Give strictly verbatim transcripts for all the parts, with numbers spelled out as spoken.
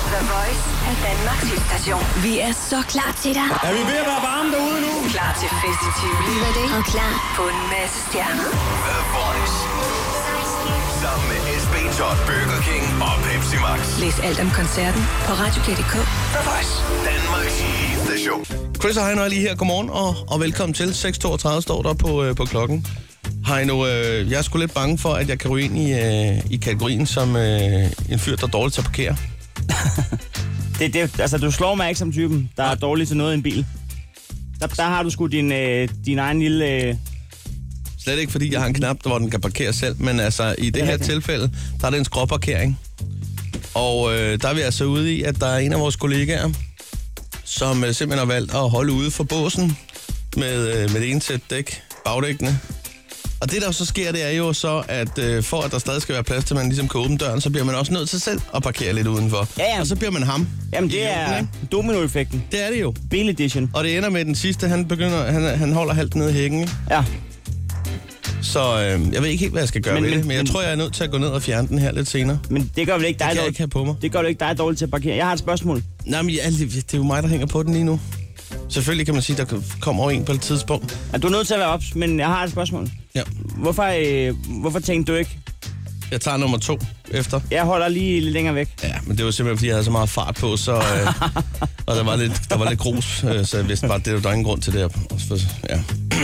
The Voice er Danmarks hitstation. Vi er så klar til dig. Er vi ved at være varme derude nu? Klar til festival. Og klar på en masse stjerner. The Voice. Sammen med S B Todd, Burger King og Pepsi Max. Læs alt om koncerten på radioplay punktum d k. The Voice. Danmarks hitstation. Chris og Heino er lige her. Godmorgen og, og velkommen til. seks toogtredive står der på, øh, på klokken. Heino, øh, jeg er sgu lidt bange for, at jeg kan ryge ind i, øh, i kategorien som øh, en fyr, der er dårlig til at parkere. det, det, altså, du slår mig ikke som typen, der er dårlig til noget i en bil. Der, der har du sgu din, øh, din egen lille... Øh... Slet ikke, fordi jeg har en knap, hvor den kan parkere selv, men altså i det her det. tilfælde, der er det en skråparkering. Og øh, der er vi altså ude i, at der er en af vores kollegaer, som øh, simpelthen har valgt at holde ude for båsen med, øh, med det ene sæt dæk, bagdækkene. Og det, der så sker, det er jo så, at øh, for at der stadig skal være plads til, at man ligesom kan åbne døren, så bliver man også nødt til selv at parkere lidt udenfor. Ja, ja. Og så bliver man ham. Jamen, det er dominoeffekten. Det er det jo. Bil edition. Og det ender med den sidste, han begynder, han, han holder halvt nede i hækken, ikke? Ja. Så øh, jeg ved ikke helt, hvad jeg skal gøre men, med men, det, men jeg men, tror, jeg er nødt til at gå ned og fjerne den her lidt senere. Men det gør vel ikke dig, det kan dårlig. jeg ikke have på mig. Det gør vel ikke dig dårligt til at parkere. Jeg har et spørgsmål. Nej, men ja, det er jo mig, der hænger på den lige nu. Selvfølgelig kan man sige, at der kommer over en på et tidspunkt. Ja, du er nødt til at være ops, men jeg har et spørgsmål. Ja. Hvorfor, øh, hvorfor tænkte du ikke? Jeg tager nummer to efter. Jeg holder lige lidt længere væk. Ja, men det var simpelthen, fordi jeg havde så meget fart på, så, øh, og der var lidt, der var lidt grus, øh, så jeg vidste bare, at det var der ingen grund til det. Ja.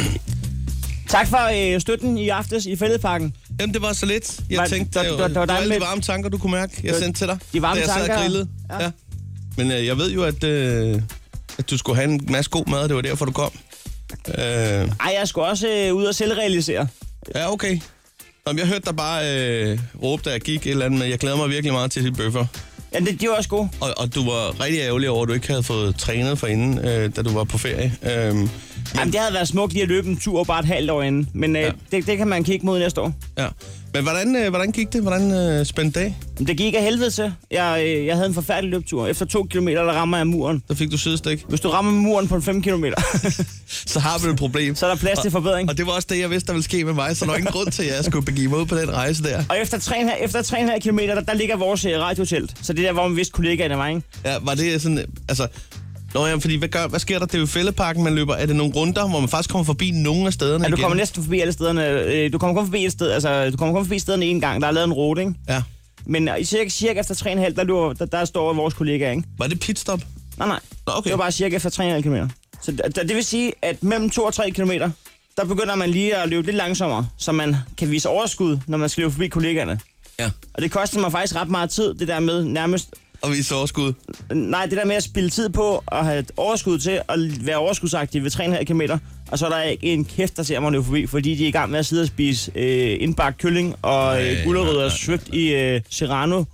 Tak for øh, støtten i aftes i Fælledparken. Jamen, det var så lidt. Jeg var, tænkte, der, der, der, der, det var alle med... de varme tanker, du kunne mærke, jeg sendte til dig. De varme da jeg tanker? Sad og grillede. Ja. Ja. Men øh, jeg ved jo, at, øh, at du skulle have en masse god mad, og det var derfor, du kom. Øh... Ej, jeg skulle også øh, ud og selvrealisere. Ja, okay. Jamen, jeg hørte dig bare øh, råbe, da jeg gik et eller andet, men jeg glæder mig virkelig meget til de bøffer. Ja, det, de var også gode. Og, og du var rigtig ærgerlig over, at du ikke havde fået trænet forinden, øh, da du var på ferie. Øh, men... Jamen, det havde været smukt lige at løbe en tur bare et halvt år inden. Men øh, ja. det, det kan man kigge mod næste år. Ja. Men hvordan, øh, hvordan gik det? Hvordan øh, spændte dag? Det gik af helvede til. Jeg, øh, jeg havde en forfærdelig løbetur. Efter to kilometer, der rammer jeg muren. Så fik du sidestik. Hvis du rammer muren på fem kilometer, så har vi et problem. Så er der plads til forbedring. Og, og det var også det, jeg vidste, der ville ske med mig. Så der var ingen grund til, at jeg skulle begive mig ud på den rejse der. Og efter tre komma fem kilometer, der, der ligger vores radiotelt. Så det der, hvor man vidste kollegaerne var, ikke? Ja, var det sådan... Altså, Nå ja, fordi hvad, gør, hvad sker der? Det er jo Fælledparken, man løber. Er det nogle runder, hvor man faktisk kommer forbi nogle af stederne? Ja, du igen? kommer næsten forbi alle stederne. Du kommer kun forbi et sted, altså du kommer kun forbi stederne en gang. Der er lavet en rute, ikke? Ja. Men cirka, cirka efter tre komma fem, der, løber, der, der står vores kollegaer, ikke? Var det pitstop? Nej, nej. Nå, okay. Det var bare cirka efter tre komma fem kilometer. Så det, det vil sige, at mellem to og tre kilometer, der begynder man lige at løbe lidt langsommere, så man kan vise overskud, når man skal løbe forbi kollegaerne. Ja. Og det koster mig faktisk ret meget tid, det der med nærmest... Og vise overskud? Nej, det der med at spille tid på at have et overskud til at være overskudsagtig ved tre komma fem kilometer, og så er der ikke en kæft, der ser mig løbe forbi, fordi de er i gang med at sidde og spise øh, indbagt kylling og øh, gulerødder svøbt i øh, serrano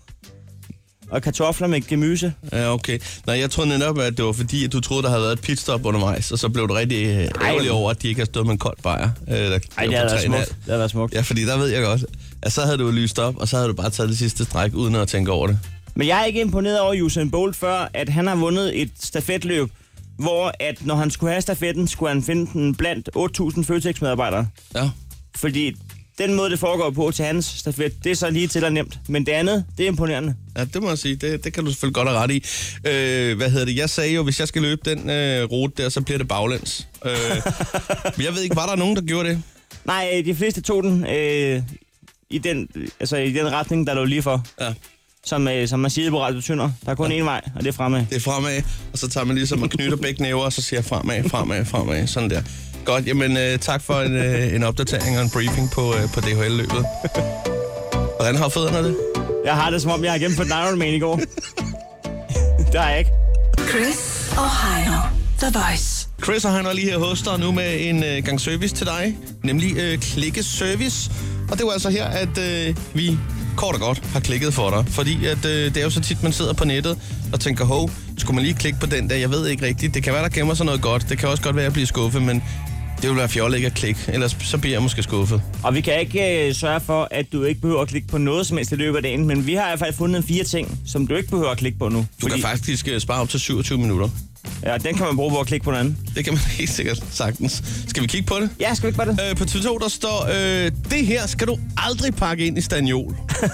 og kartofler med gemyse. Ja, okay. Nej, jeg troede netop, at det var fordi, at du troede, der havde været et pitstop undervejs, og så blev du rigtig øh, ærgerlig over, at de ikke har stået med en kold bajer. Øh, Ej, det havde været smukt. Det havde været smukt. Ja, fordi der ved jeg godt, at så havde du lyst op, og så havde du bare taget det sidste stræk, uden at tænke over det. Men jeg er ikke imponeret over Usain Bolt før, at han har vundet et stafetløb, hvor at når han skulle have stafetten, skulle han finde den blandt otte tusind Føtex-medarbejdere. Ja. Fordi den måde, det foregår på til hans stafet, det er så lige til og nemt. Men det andet, det er imponerende. Ja, det må jeg sige. Det, det kan du selvfølgelig godt have ret i. Øh, hvad hedder det? Jeg sagde jo, hvis jeg skal løbe den øh, rute der, så bliver det baglæns. Øh, men jeg ved ikke, var der nogen, der gjorde det? Nej, de fleste tog den øh, i, den, altså, i den retning, der lå lige for. Ja. Som, øh, som man siger på Radio Tønder. Der er kun én vej, og det er fremad. Det er fremad, og så tager man ligesom og knytter begge næver, og så siger fremad, fremad, fremad. Sådan der. Godt, jamen øh, tak for en, øh, en opdatering og en briefing på, øh, på D H L-løbet. Hvordan har fødderne det? Jeg har det, som om jeg har gennemført en Ironman i går. Det har jeg ikke. Chris og Heino. The Voice. Chris og Heino er lige her hos dig nu med en øh, gang service til dig. Nemlig øh, klikkeservice. Og det var altså her, at øh, vi... kort og godt har klikket for dig. Fordi at, øh, det er jo så tit, man sidder på nettet og tænker, hov, skulle man lige klikke på den der? Jeg ved ikke rigtigt. Det kan være, der gemmer sig noget godt. Det kan også godt være, at jeg bliver skuffet, men det vil være fjollet ikke at klikke. Ellers så bliver jeg måske skuffet. Og vi kan ikke øh, sørge for, at du ikke behøver at klikke på noget som helst i løbet af dagen. Men vi har i hvert fald fundet fire ting, som du ikke behøver at klikke på nu. Du fordi... kan faktisk uh, spare op til syvogtyve minutter. Ja, den kan man bruge på at klikke på den anden. Det kan man helt sikkert sagtens. Skal vi kigge på det? Ja, skal vi ikke på det? Øh, på T V to, der står, øh, det her skal du aldrig pakke ind i staniol.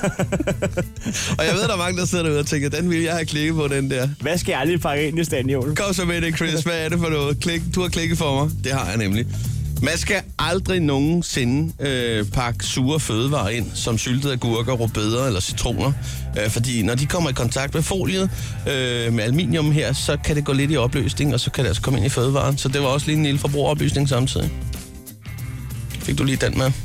Og jeg ved, der er mange, der sidder derude og tænker, den vil jeg have klikket på, den der. Hvad skal jeg aldrig pakke ind i staniol? Kom så med det, Chris. Hvad er det for noget? Klik. Du har klikket for mig. Det har jeg nemlig. Man skal aldrig nogensinde øh, pakke sure fødevarer ind, som syltede agurker, rødbeder eller citroner. Øh, fordi når de kommer i kontakt med foliet, øh, med aluminium her, så kan det gå lidt i opløsning, og så kan det altså komme ind i fødevaren. Så det var også lige en lille forbrugeroplysning samtidig. Fik du lige den med?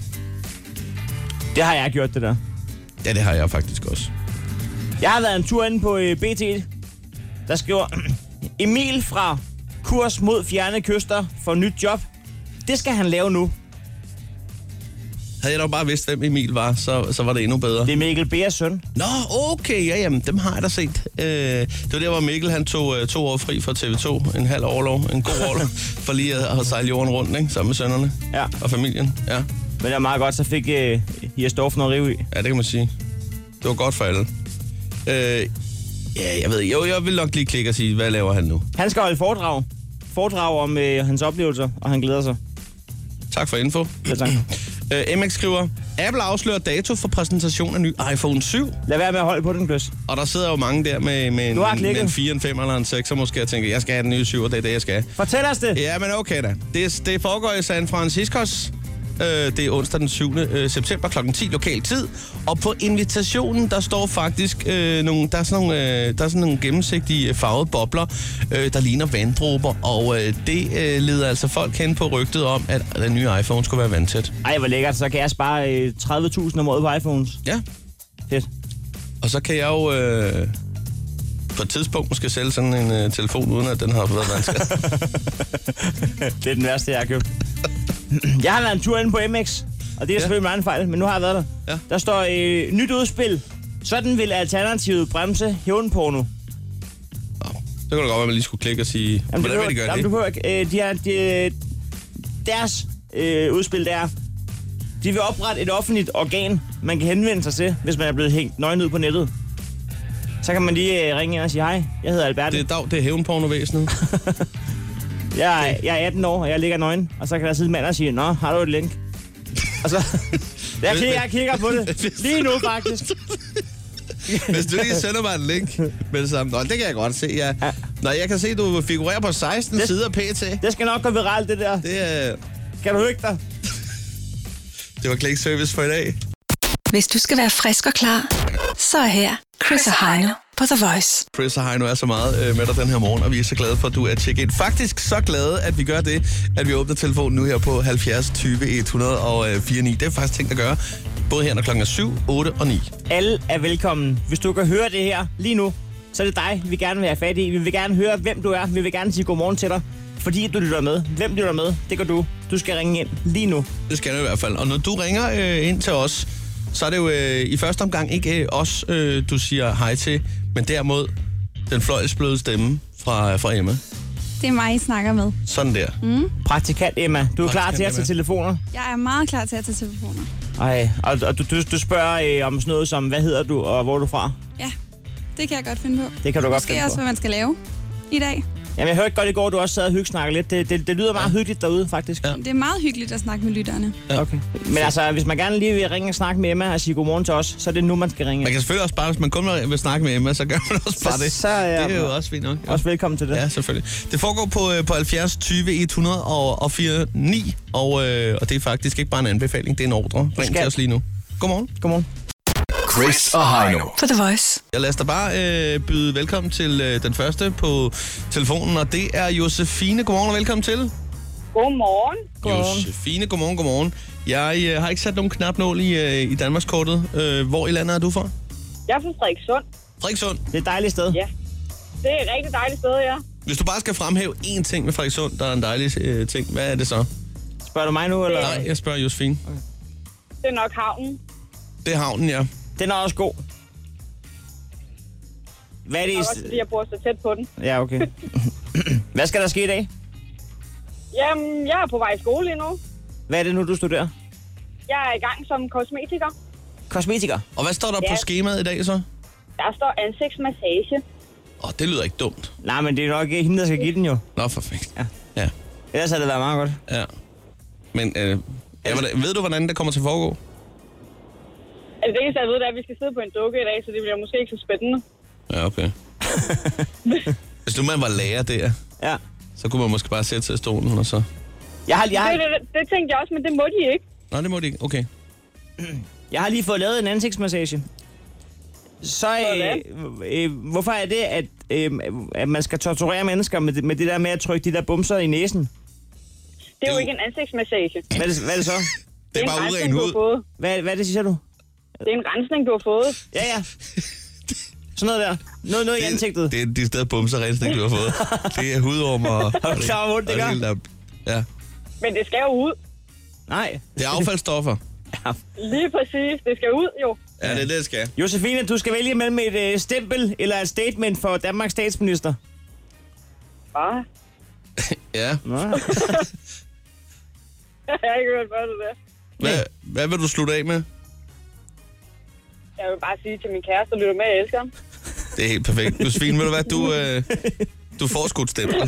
Det har jeg gjort, det der. Ja, det har jeg faktisk også. Jeg har været en tur inde på øh, B T, der skriver, Emil fra Kurs mod fjerne kyster for nyt job. Det skal han lave nu. Havde jeg dog bare vidst, hvem Emil var, så, så var det endnu bedre. Det er Mikkel Beers søn. Nå, okay, ja, jamen, dem har jeg da set. Øh, det var der, hvor Mikkel han tog øh, to år fri fra T V to, en halv årlov, en god årlov, for lige at, at sejle jorden rundt, ikke? Sammen med sønnerne Ja. og familien. Ja. Men det er meget godt, så fik øh, Jes Dorf noget rive i. Ja, det kan man sige. Det var godt for alle. Øh, ja, jeg ved ikke. Jo, jeg vil nok lige klikke og sige, hvad laver han nu? Han skal holde foredrag. Foredrag om øh, hans oplevelser, og han glæder sig. Tak for info. Ja, tak. Øh, M X skriver, Apple afslører dato for præsentation af ny iPhone syv. Lad være med at holde på den, Chris. Og der sidder jo mange der med, med, en, Du har med klikket. en fire, en fem eller en seks, og måske tænker, jeg skal have den nye syv, og det er det, jeg skal. Fortæl os det. Ja, men okay da. Det, det foregår i San Francisco. Øh, det er onsdag den syvende september klokken ti lokal tid. Og på invitationen, der står faktisk øh, nogle, der er sådan nogle, øh, der er sådan nogle gennemsigtige farvede bobler, øh, der ligner vanddråber. Og øh, det øh, leder altså folk hen på rygtet om, at den nye iPhone skulle være vandtæt. Ej, hvor lækkert. Så kan jeg spare øh, tredive tusind om året på iPhones. Ja. Fedt. Og så kan jeg jo øh, på et tidspunkt måske sælge sådan en øh, telefon, uden at den har været vandskadet. Det er den værste, jeg har købt. Jeg har været en tur inde på M X, og det er Ja. selvfølgelig meget en fejl, men nu har jeg været der. Ja. Der står øh, nyt udspil. Sådan vil Alternativet bremse hævnporno. Nå, det kunne da godt være, at man lige skulle klikke og sige, Jamen, hvordan vil de gøre jamen, det? du behøver ikke. Øh, de har, de, deres øh, udspil, der de vil oprette et offentligt organ, man kan henvende sig til, hvis man er blevet hængt nøgen ud på nettet. Så kan man lige øh, ringe ind og sige, hej, jeg hedder Albert. Det er dag, det er hævnpornovæsenet. Jeg, er- jeg er atten år, og jeg ligger nøgen. Og så kan der sidde en mand og sige, nå, har du et link? Og så, jeg, kigger, jeg kigger på det. Lige nu, faktisk. Hvis du lige sender mig en link med det samme. Nå, det kan jeg godt se, ja. Ja. Nå, jeg kan se, at du figurerer på seksten Det- sider P T. Det skal nok gå viralt, det der. Det, er, Kan du hygge dig? det var klikservice for i dag. Hvis du skal være frisk og klar, så er her Chris og Heino på The Voice. Chris og Heino er så meget øh, med dig den her morgen, og vi er så glade for, at du er tjekket ind. Faktisk så glade, at vi gør det, at vi åbner telefonen nu her på halvfjerds tyve et hundrede og fire ni. Det er faktisk tænkt at gøre, både her når klokken er syv, otte og ni. Alle er velkommen. Hvis du kan høre det her lige nu, så er det dig, vi gerne vil have fat i. Vi vil gerne høre, hvem du er. Vi vil gerne sige godmorgen til dig, fordi du lytter med. Hvem lytter med? Det gør du. Du skal ringe ind lige nu. Det skal du i hvert fald. Og når du ringer øh, ind til os, så er det jo øh, i første omgang ikke øh, os, øh, du siger hej til, men derimod den fløjlsbløde stemme fra, fra Emma. Det er mig, I snakker med. Sådan der. Mm. Praktikant Emma, du er klar Praktikant til at tage Emma. telefoner? Jeg er meget klar til at tage telefoner. Ej, og, og du, du, du spørger øh, om sådan noget som, hvad hedder du, og hvor er du fra? Ja, det kan jeg godt finde på. Det kan du godt Måske finde også, på. hvad man skal lave i dag. Jamen, jeg hørte godt i går, du også sad og hyggesnakkede lidt. Det, det, det lyder meget hyggeligt derude, faktisk. Ja. Det er meget hyggeligt at snakke med lytterne. Okay. Men altså, hvis man gerne lige vil ringe og snakke med Emma og sige godmorgen til os, så er det nu, man skal ringe. Man kan selvfølgelig også bare, hvis man kun vil snakke med Emma, så gør man også bare Så- det. så er- det er jo også fint nok. Ja. Også velkommen til det. Ja, selvfølgelig. Det foregår på, øh, på halvfjerds tyve et hundrede og fire ni, og, øh, og det er faktisk ikke bare en anbefaling, det er en ordre. Ring skal- til os lige nu. Godmorgen. Godmorgen. Chris og Heino. På The Voice. Jeg lader dig bare øh, byde velkommen til øh, den første på telefonen, og det er Josefine. Godmorgen og velkommen til. Godmorgen. Josefine, godmorgen, godmorgen. Jeg øh, har ikke sat nogen knapnål i, øh, i Danmarkskortet. Øh, hvor i landet er du fra? Jeg er fra Frederikssund. Frederikssund. Det er et dejligt sted. Ja. Det er et rigtig dejligt sted, ja. Hvis du bare skal fremhæve én ting med Frederikssund, der er en dejlig øh, ting, hvad er det så? Spørger du mig nu, eller? Nej, jeg spørger Josefine. Det er nok havnen. Det er havnen, ja. Den er også god. Hvad er det? Og I... også fordi jeg bor så tæt på den. Ja, okay. Hvad skal der ske i dag? Jamen, jeg er på vej i skole lige nu. Hvad er det nu, du studerer? Jeg er i gang som kosmetiker. Kosmetiker. Og hvad står der Ja. på skemaet i dag så? Der står ansigtsmassage. Åh, oh, det lyder ikke dumt. Nej, men det er nok ikke hende, der skal give den jo. Nå, for fint. Ja. Ja. Ellers havde det været meget godt. Ja. Men øh, ja, ved du, hvordan det kommer til at foregå? Altså, det eneste, jeg ved, det er, at vi skal sidde på en dukke i dag, så det bliver måske ikke så spændende. Ja, okay. Hvis nu man var lærer der, Ja. så kunne man måske bare sætte sig i stolen, og så... Jeg har, jeg, har, Det, det, det tænkte jeg også, men det må de ikke. Nå, det må de ikke. Okay. jeg har lige fået lavet en ansigtsmassage. Så øh, øh, hvorfor er det, at, øh, at man skal torturere mennesker med det, med det der med at trykke de der bumser i næsen? Det er jo ikke en ansigtsmassage. Hvad er det, hvad er det så? Det er bare en udren rensning, du har hud. fået. Hvad, hvad er det, siger du? Det er en rensning, du har fået. Ja, ja. Sådan noget der. Noget, noget i ansigtet. Det er de steder bumserrensning, du har fået. Det er hudorm og... Har du klar, hvor ondt det gør? helt op. Ja. Men det skal jo ud. Nej. Det er affaldsstoffer. Lige præcis. Det skal ud, jo. Ja, det er det, det skal. Josefine, du skal vælge mellem et øh, stempel eller et statement for Danmarks statsminister. Bare. Ja. Nå. Jeg har ikke hørt før det der. Hvad, hvad vil du slutte af med? Jeg vil bare sige til min kæreste, lytter med, jeg elsker ham. Det er helt perfekt. Josefine, ved du hvad? Du, øh, du får sgu et stempel.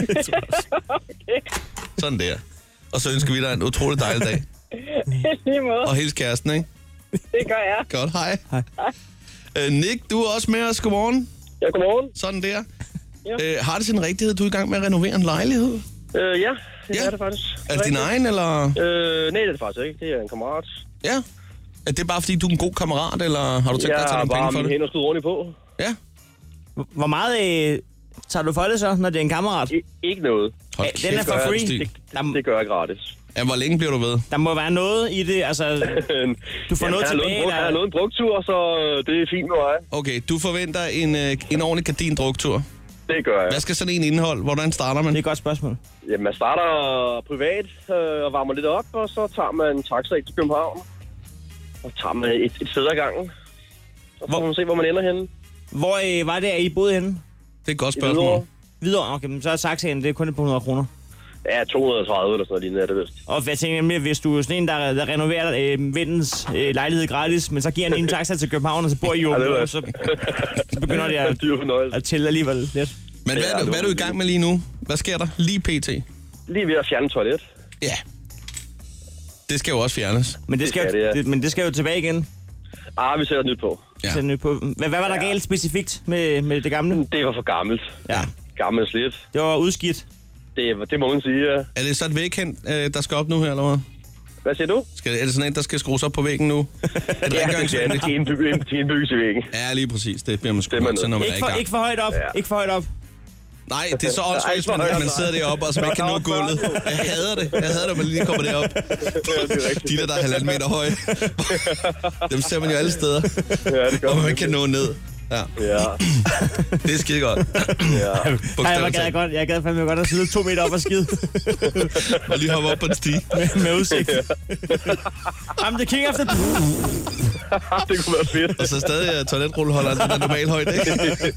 Okay. Sådan der. Og så ønsker vi dig en utrolig dejlig dag. Lige måde. Og hils kæresten, ikke? Det gør jeg. Godt, hej. Hej. Øh, Nick, du er også med os. Godmorgen. Ja, godmorgen. Sådan der. Ja. Øh, har det sin rigtighed, du er i gang med at renovere en lejlighed? Øh, ja, det Ja. er det faktisk. Er det din egen, eller? Øh, nej, det er det faktisk ikke. Det er en kammerat. Ja. Er det bare, fordi du er en god kammerat, eller har du tænkt dig at tage Jeg har nogle bare penge for mine det? hænder skudt ordentligt på. Ja. Hvor meget øh, tager du for det så, når det er en kammerat? I, ikke noget. Hold Ja, den er kæft, for hvor free. stil. Det, Der, det gør jeg gratis. Ja, hvor længe bliver du ved? der må være noget i det, altså... Du får noget han har tilbage, noget, der- Han har noget en brugtur, så øh, det er fint med mig. Okay, du forventer en, øh, en ordentlig gardindruktur. Det gør jeg. Hvad skal sådan en indeholde? Hvordan starter man? Det er et godt spørgsmål. Jamen, man starter privat øh, og varmer lidt op, og så tager man en taxa ind til København. Og tager man et, et sted ad gangen. Og så Hvor- må man se, hvor man ender henne. Hvor øh, var det, at I boede henne? Det er et godt I spørgsmål. Hvidovre. Videre, okay, men så er taxaen, det er kun et par hundrede kroner. Ja, to hundrede og tredive eller sådan noget lignende, er det vist. Og jeg tænker nemlig, hvis du er sådan en, der, der renoverer øh, vindens øh, lejlighed gratis, men så giver han en taxa til København, og så bor I jo, Ja, det er ja, det. så, så begynder det Det er at, en dyr fornøjelse. at tælle alligevel lidt. Men hvad, Ja, er du, det hvad er var- du i gang med lige nu? Hvad sker der? Lige pt. Lige ved at fjerne toilet. Ja. Det skal jo også fjernes. Men det skal, Det skal jo, det, ja. det, men det skal jo tilbage igen. Ah, vi sætter nyt på. Ja. Ja. På. Hvad, hvad var der galt specifikt med, med det gamle? Det var for gammelt. Ja, Gammelt slidt. det var udskidt. Det, det må man sige, ja. Er det så et vægkendt, øh, der skal op nu her, eller hvad? Hvad siger du? Skal, er det sådan en, der skal skrues op på væggen nu? Et Ja, det er rengøringsanlæg? en indbygges indbygges i væggen. Ja, lige præcis. Det bliver man sgu Det er man nødt til, når man er Ikke i for, gang. ikke for højt op. Ja. Ikke for højt op. Nej, det er så åndssvagt, Ej, hvis for man, højt, man sidder deroppe, og så man ikke kan nå gulvet. Jeg hader det. Jeg hader det, når man lige kommer derop. De der, der er halvanden meter høje. Dem ser man jo alle steder. Ja, det gør Og man man. ikke kan nå ned. Ja, Ja, det er skide godt. ja. Ej, jeg Bogstaveligt gad talt. godt. Jeg gad fandme godt at sidde to meter op og skide Og lige hoppe op på en sti. med, med udsigt. I'm the king of the... Det kunne være fedt. Og så stadig uh, toiletrulleholderen, den er normal højde, ikke?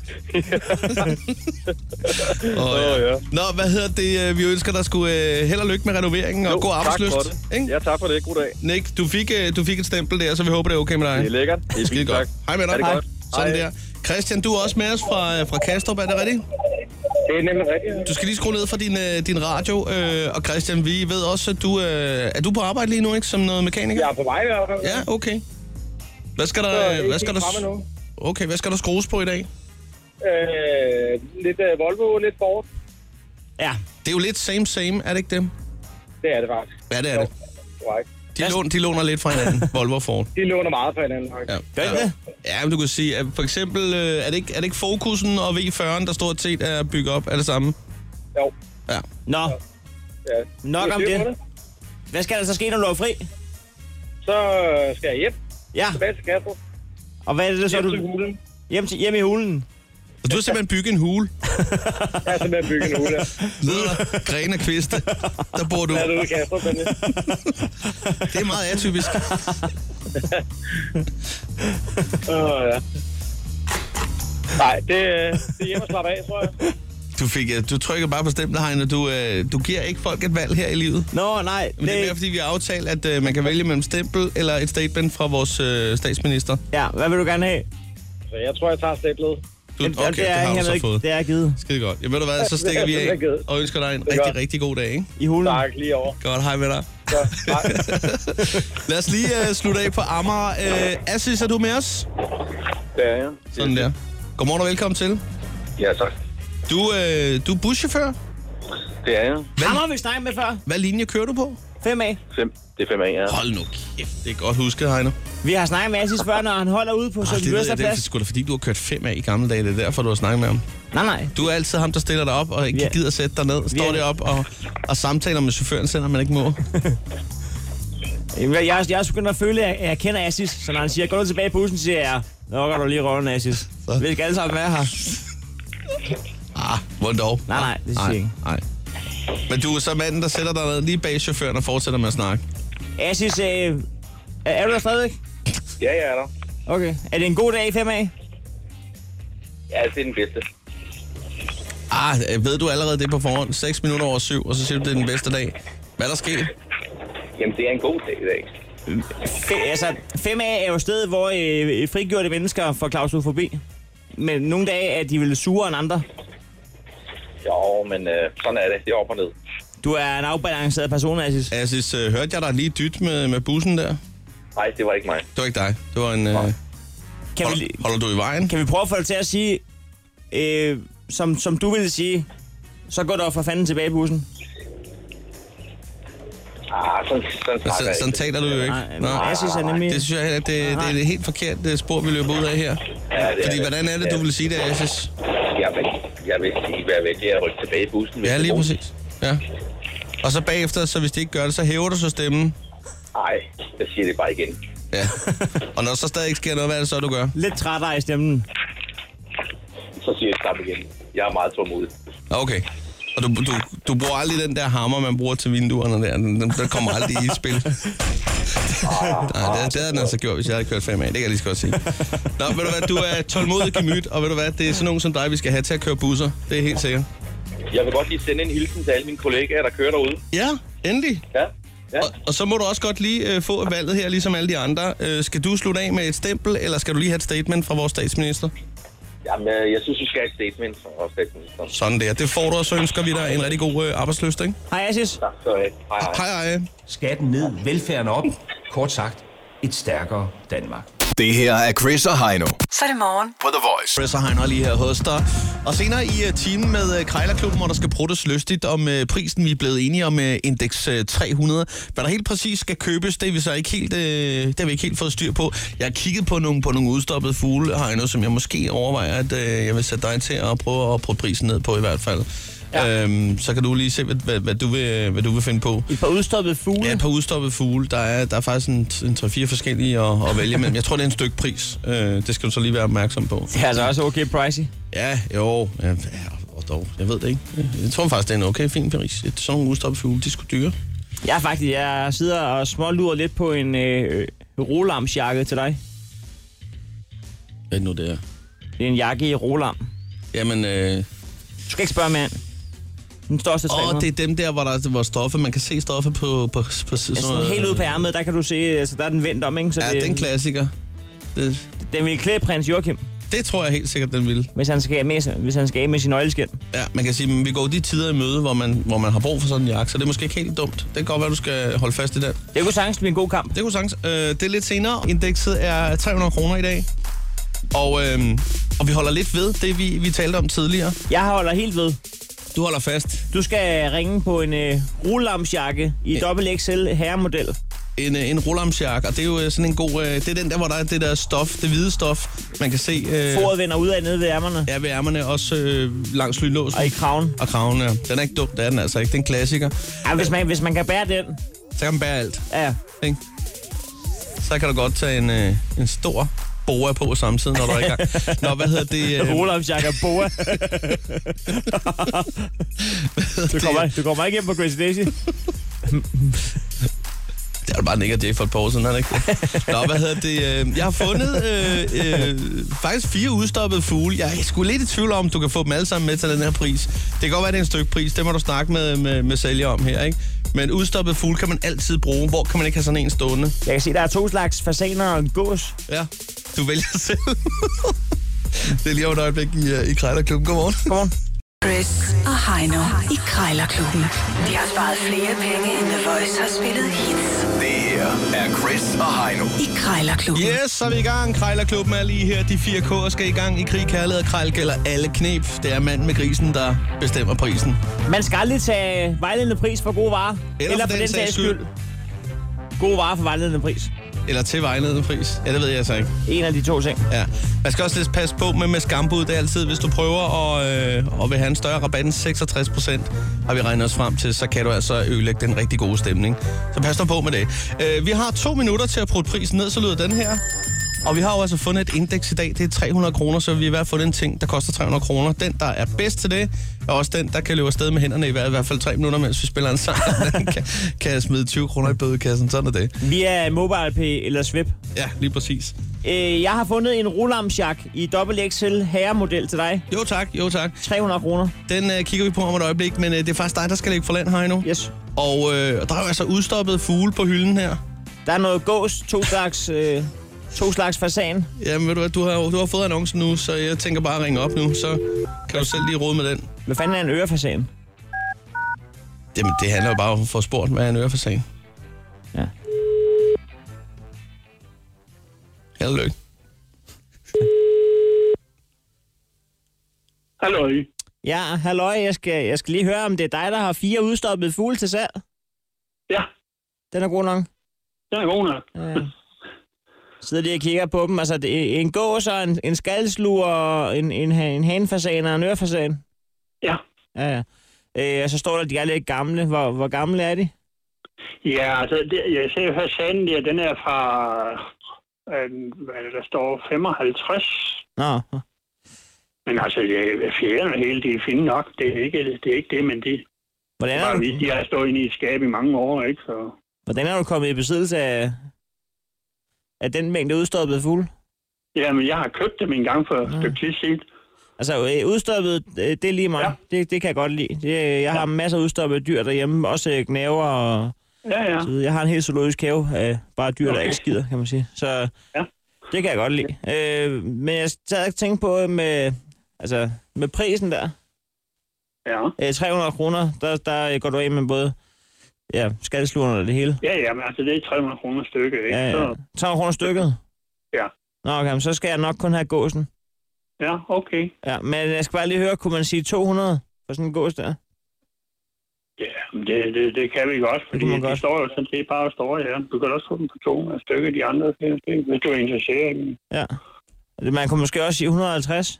oh, Åh, ja. Nå, hvad hedder det? øh, Vi ønsker dig sgu uh, held og lykke med renoveringen og Jo, god tak arbejdsløst. for det. Ikke? Ja, tak for det. God dag. Nick, du fik, uh, du fik et stempel der, så vi håber, det er okay med dig. Det er lækkert. Det er Skide fint, godt. tak. Hej med dig. Er det godt? Sådan Hej. der. Christian, du er også med os fra, fra Kastrup, er det rigtigt? Det er nemlig rigtigt. Du skal lige skrue ned for din, øh, din radio, øh, og Christian, vi ved også, at du, øh, er du på arbejde lige nu, ikke, som noget mekaniker? Jeg er på vej i hvert fald. Ja, okay. Hvad skal der, øh, hvad skal der, okay, hvad skal der skrues på i dag? Øh, lidt uh, Volvo, lidt Ford. Ja, Det er jo lidt same same, er det ikke det? Det er det faktisk. Ja, det er det. Korrekt. De, lån, de låner lidt fra hinanden, Volvo og Ford. De låner meget fra hinanden, faktisk. Ja. gør I det? Ja, men du kan sige, at for eksempel, øh, er, det ikke, er det ikke Focusen og V fyrre, der stort set er bygget op, er det samme? Jo. Ja. Nå, Ja. nok om styr på det. Hvad skal der så ske, når du er fri? Så skal jeg hjem. Ja, Tilbage til Kastrup. og hvad er det så, Hjem til du... hulen. Hjem, til, hjem i hulen? Og du har simpelthen bygget en hule. Jeg har simpelthen bygget en hule. Nede der, grene og kviste. Der bor du. Jeg er ude i Kastrup, Benny. Det er meget atypisk. Åh, ja. Nej, det, det er hjemme at slappe af, tror jeg. Du, fik, øh, du trykker bare på stempelhegn, og du, øh, du giver ikke folk et valg her i livet. Nå, nej. Men det er mere, fordi vi har aftalt, at øh, man kan vælge mellem stempel eller et statement fra vores øh, statsminister. Ja, hvad vil du gerne have? Så jeg tror, jeg tager stemplet. Du, Men okay, det det er har du så hermed- fået. Det er givet. Skide godt. Jeg ved du hvad, så stikker vi af og ønsker dig en er rigtig, godt. rigtig god dag, ikke? I hulen. Tak, lige over. Godt, hej med dig. Så, hej. Lad os lige uh, slutte af på Amager. Uh, Assis, er du med os? Det er jeg. Sådan der. Godmorgen og velkommen til. Ja, tak. Du, uh, du er buschauffør. Det er jeg. Hvad, Ham har vi snakket med før. hvad linje kører du på? fem A. Fem. Det er fem af, ja. Hold nu kæft, det er godt husket, Heino. Vi har snakket med Assis før, når han holder ude på Ah, Søren det, ved jeg, Bjørsted det er plads. sgu da fordi, du har kørt fem af i gamle dage. Det er derfor, du har snakket med ham. Nej, nej. Du er altid ham, der stiller dig op og ikke Vi er- gider sætte dig ned. Står er- deroppe og, og samtaler med chaufføren, selvom man ikke må. Jeg, jeg, jeg er begyndt at føle, at jeg kender Assis. Så når han siger, gå nu tilbage i bussen, siger jeg, nå kan du lige røven, Assis. Vi skal alle sammen være her. Ah, hvor dog? Nej, nej, det siger nej, jeg ikke. nej. Men du er så manden, der sætter dig ned lige bag chaufføren og fortsætter med at snakke. Assis, øh, er, er du der stadigvæk? Ja, jeg er der. Okay. Er det en god dag i fem A? Ja, det er den bedste. Ah, ved du allerede det på forhånd? seks minutter over syv, og så siger du, det er den bedste dag. Hvad er der sket? Jamen, det er en god dag i dag. Fe, altså, fem A er jo stedet, hvor øh, frigjorte mennesker får klaustrofobi. Men nogle dage er de vel sure end andre. Jo, men øh, sådan er det. Det er op og ned. Du er en afbalanceret person, Assis. Assis, øh, hørte jeg dig lige dyt med, med bussen der? Nej, det var ikke mig. Det var ikke dig. Det var en... Øh, Kan holder, vi, holder du i vejen? kan vi prøve at få dig til at sige, øh, som, som du ville sige, så går du for fanden tilbage i bussen? Ah, sådan, sådan snakker Så, jeg sådan ikke. taler du jo ikke. Nej, men Assis er nemlig... Det synes jeg heller, det, det er det helt forkert det spor, vi løber ud af her. Ja, det Fordi, er det. hvordan er det, du vil sige det, Assis? Jeg vil, jeg vil sige, hvad jeg vil, det er at rykke tilbage i bussen. hvis Ja, det lige er præcis. Ja. Og så bagefter, så hvis de ikke gør det, så hæver du så stemmen. Nej, jeg siger det bare igen. Ja. Og når så stadig ikke sker noget, hvad er det så, du gør? Lidt trættere i stemmen. Så siger jeg stop igen. Jeg er meget tålmodig. Okay. Og du, du, du bruger aldrig den der hammer, man bruger til vinduerne der. Den, den der kommer aldrig i spil. Nej, det, det havde den altså gjort, hvis jeg havde kørt fem af. Det kan jeg lige så godt sige. Nå, ved du hvad, du er tålmodig gemyt, og ved du hvad, det er sådan nogen som dig, vi skal have til at køre busser. Det er helt sikkert. Jeg vil godt lige sende en hilsen til alle mine kollegaer, der kører derude. Ja, endelig. Ja, ja. Og, og så må du også godt lige øh, få valget her, ligesom alle de andre. Øh, skal du slutte af med et stempel, eller skal du lige have et statement fra vores statsminister? Jamen, øh, jeg synes, vi skal have et statement fra statsministeren. Sådan der. Det får du, og så ønsker vi dig en rigtig god øh, arbejdsløst, ikke? Hej, Assis. Tak skal du have. Hej, hej. Hej, hej. Skatten ned, velfærden op. Kort sagt, et stærkere Danmark. Det her er Chris og Heino Så er det morgen. på The Voice. Chris og Heiner lige her hos dig. Og senere i uh, timen med uh, Krejlerklubben, hvor der skal pruttes lystigt om uh, prisen, vi er blevet enige om uh, indeks uh, tre hundrede. Hvad der helt præcis skal købes, det er vi så ikke helt, uh, det har vi ikke helt fået styr på. Jeg har kigget på nogle, på nogle udstoppede fugle, Heino, som jeg måske overvejer, at uh, jeg vil sætte dig til at prøve at prutte prisen ned på i hvert fald. Ja. Øhm, så kan du lige se, hvad, hvad, hvad, du vil, hvad du vil finde på. Et par udstoppede fugle. Ja, et par udstoppede fugle. Der er, der er faktisk en, en tre-fire forskellige at, at vælge mellem. Jeg tror, det er en stykke pris. Øh, det skal du så lige være opmærksom på. Det er altså også okay pricey. Ja, jo. Ja, og dog. Jeg ved det ikke. Jeg tror faktisk, det er en okay fin pris. Et sådan nogle udstoppede fugle, de skulle dyre. Jeg er faktisk, jeg sidder og smålurer lidt på en øh, rolamsjakke til dig. Hvad er det nu, det er? Det er en jakke i rolam. Jamen, øh... Du skal ikke spørge mere. Den største tre hundrede. Åh, det er dem der, hvor der er hvor stoffet. Man kan se stoffet på... på, på sådan, Ja, sådan helt ude på ærmet, der kan du se, altså der er den vendt om, ikke? Så Ja, det, det er en klassiker. Det, Den vil klæde prins Joachim, det tror jeg helt sikkert, den vil. hvis han skal af med, hvis han skal af med sin nøgleskin. Ja, man kan sige, at vi går de tider i møde, hvor man, hvor man har brug for sådan en jakke, så det er måske ikke helt dumt. Det kan godt være, du skal holde fast i den. Det kunne sagtens blive en god kamp. Det kunne sagtens. Øh, det er lidt senere. Indekset er tre hundrede kroner i dag. Og, øh, og vi holder lidt ved det, vi, vi talte om tidligere. Jeg holder helt ved. Du holder fast. Du skal ringe på en øh, rolamsjakke i Ja. dobbelt X L herremodel. En, øh, en rolamsjakke, og det er jo øh, sådan en god... Øh, det er den der, hvor der er det der stof, det hvide stof, man kan se... Øh, Foret vender ud af nede ved ærmerne. Ja, ved ærmerne, også øh, langs lynlåsen. Og i kraven. Og kraven, ja. Den er ikke dum, det er den altså ikke. Det er en klassiker. Ja, hvis man, hvis man kan bære den. Så kan man bære alt, Ja. ikke? Så kan du godt tage en, øh, en stor boa på samtidig, når du er i gang. Nå, hvad hedder det? Øh, Rolamsjakke og boa. du, kommer, du kommer ikke hjem på Crazy Daisy. Det er jo bare Nick og Jay for et par år siden, er det ikke det? Nå, hvad hedder det? øh, Jeg har fundet øh, øh, faktisk fire udstoppede fugle. Jeg er sgu lidt i tvivl om, du kan få dem alle sammen med til den her pris. Det kan godt være, det er en stykke pris. Det må du snakke med, med, med sælger om her, ikke? Men udstoppede fugle kan man altid bruge. Hvor kan man ikke have sådan en stående? Jeg kan se, der er to slags fasaner og en gås. Ja, du vælger selv. Det er lige over et øjeblik i, i Krejlerklubben. Godmorgen. Godmorgen. Chris og Heino i Krejlerklubben. De har sparet flere penge, end The Voice har spillet hits Det her er Chris og Heino. i Krejlerklubben. Yes, så er vi i gang. Krejlerklubben er lige her. De fire K'er skal i gang i krig, kærlighed og krejl gælder alle knep. Det er manden med grisen, der bestemmer prisen. Man skal aldrig tage vejledende pris for gode varer. Eller, Eller for den sags skyld. Gode varer for vejledende pris. Eller til vejledende pris. Ja, det ved jeg så ikke. En af de to ting. Ja. Man skal også lidt passe på med, med skambud. Det er altid, hvis du prøver at, øh, at vil have en større rabat end seksogtres procent, har vi regnet os frem til, så kan du altså ødelægge den rigtig gode stemning. Så pas dig på med det. Øh, vi har to minutter til at putte prisen ned, så lyder den her. Og vi har jo altså fundet et indeks i dag, det er tre hundrede kroner, så vi har i hvert fald fundet en ting, der koster tre hundrede kroner. Den, der er bedst til det, er også den, der kan løbe afsted med hænderne i hvert, i hvert fald tre minutter, mens vi spiller en sang. Den kan, kan smide tyve kroner i bødekassen, sådan er det. Via MobilePay eller Swip. Ja, lige præcis. Øh, jeg har fundet en Rolamsjak i dobbelt X L herremodel til dig. Jo tak, jo tak. tre hundrede kroner. Den øh, kigger vi på om et øjeblik, men øh, det er faktisk dig, der skal lægge for land her nu. Yes. Og øh, der er jo altså udstoppet fugle på hylden her. Der er noget gås, to slags, øh, to slags fasan. Jamen ved du hvad, du har, du har fået annoncen nu, så jeg tænker bare at ringe op nu, så kan du selv lige rode med den. Hvad fanden er en ørefasan? Jamen det handler jo bare om at få spurgt, hvad er en ørefasan. Ja. Held og lykke. Hallo. Ja, halløj, jeg skal, jeg skal lige høre, om det er dig, der har fire udstoppede fugle til salg. Ja, Den er god nok. den er god nok. Ja. Sidder lige og kigger på dem. Altså, det er en gås og en, en skaldsluger, en, en, en hanfasan og en ørefasan. Ja. Ja, ja. Øh, og så står der, at de er lidt gamle. Hvor, hvor gamle er de? Ja, altså, det, jeg ser jo fasanen der, den er fra, øh, hvad er det, der står femoghalvtreds. Nå. Men altså, fjerde og hele, de er fine nok. Det er ikke det, er ikke det men de, Hvordan er, bare du, vist, de har stået inde i et skab i mange år, ikke? Så... hvordan er du kommet i besiddelse af, af den mængde udstoppede fugle? Ja, men jeg har købt dem en gang for et Ja. stykke tid siden. Altså, øh, udstoppet, øh, det er lige mig. Ja. Det, det kan jeg godt lide. Det, jeg har masser af udstoppede dyr derhjemme. Også øh, gnæver og... Ja, ja. Så jeg har en helt zoologisk have af bare dyr, okay. der Okay. ikke skider, kan man sige. Så Ja. det kan jeg godt lide. Øh, men jeg stadig tænke på med, altså, med prisen der. Ja. Øh, tre hundrede kroner, der, der går du ind med både ja, skaldeslugerne og det hele. Ja, ja, men altså, det er tre hundrede kroner stykket, ikke? Ja, ja. Så, tre hundrede kroner stykket? Ja. Nå, okay, men så skal jeg nok kun have gåsen. ja, okay. Ja, men jeg skal bare lige høre, kunne man sige to hundrede for sådan en gås der? Ja, men det, det, det kan vi godt, fordi kunne man de godt. står jo sådan set bare og står her. Du kan også få dem på to hundrede stykker, de andre, det, det, hvis du er interesseret i dem. Ja. Man kunne måske også sige et hundrede og halvtreds.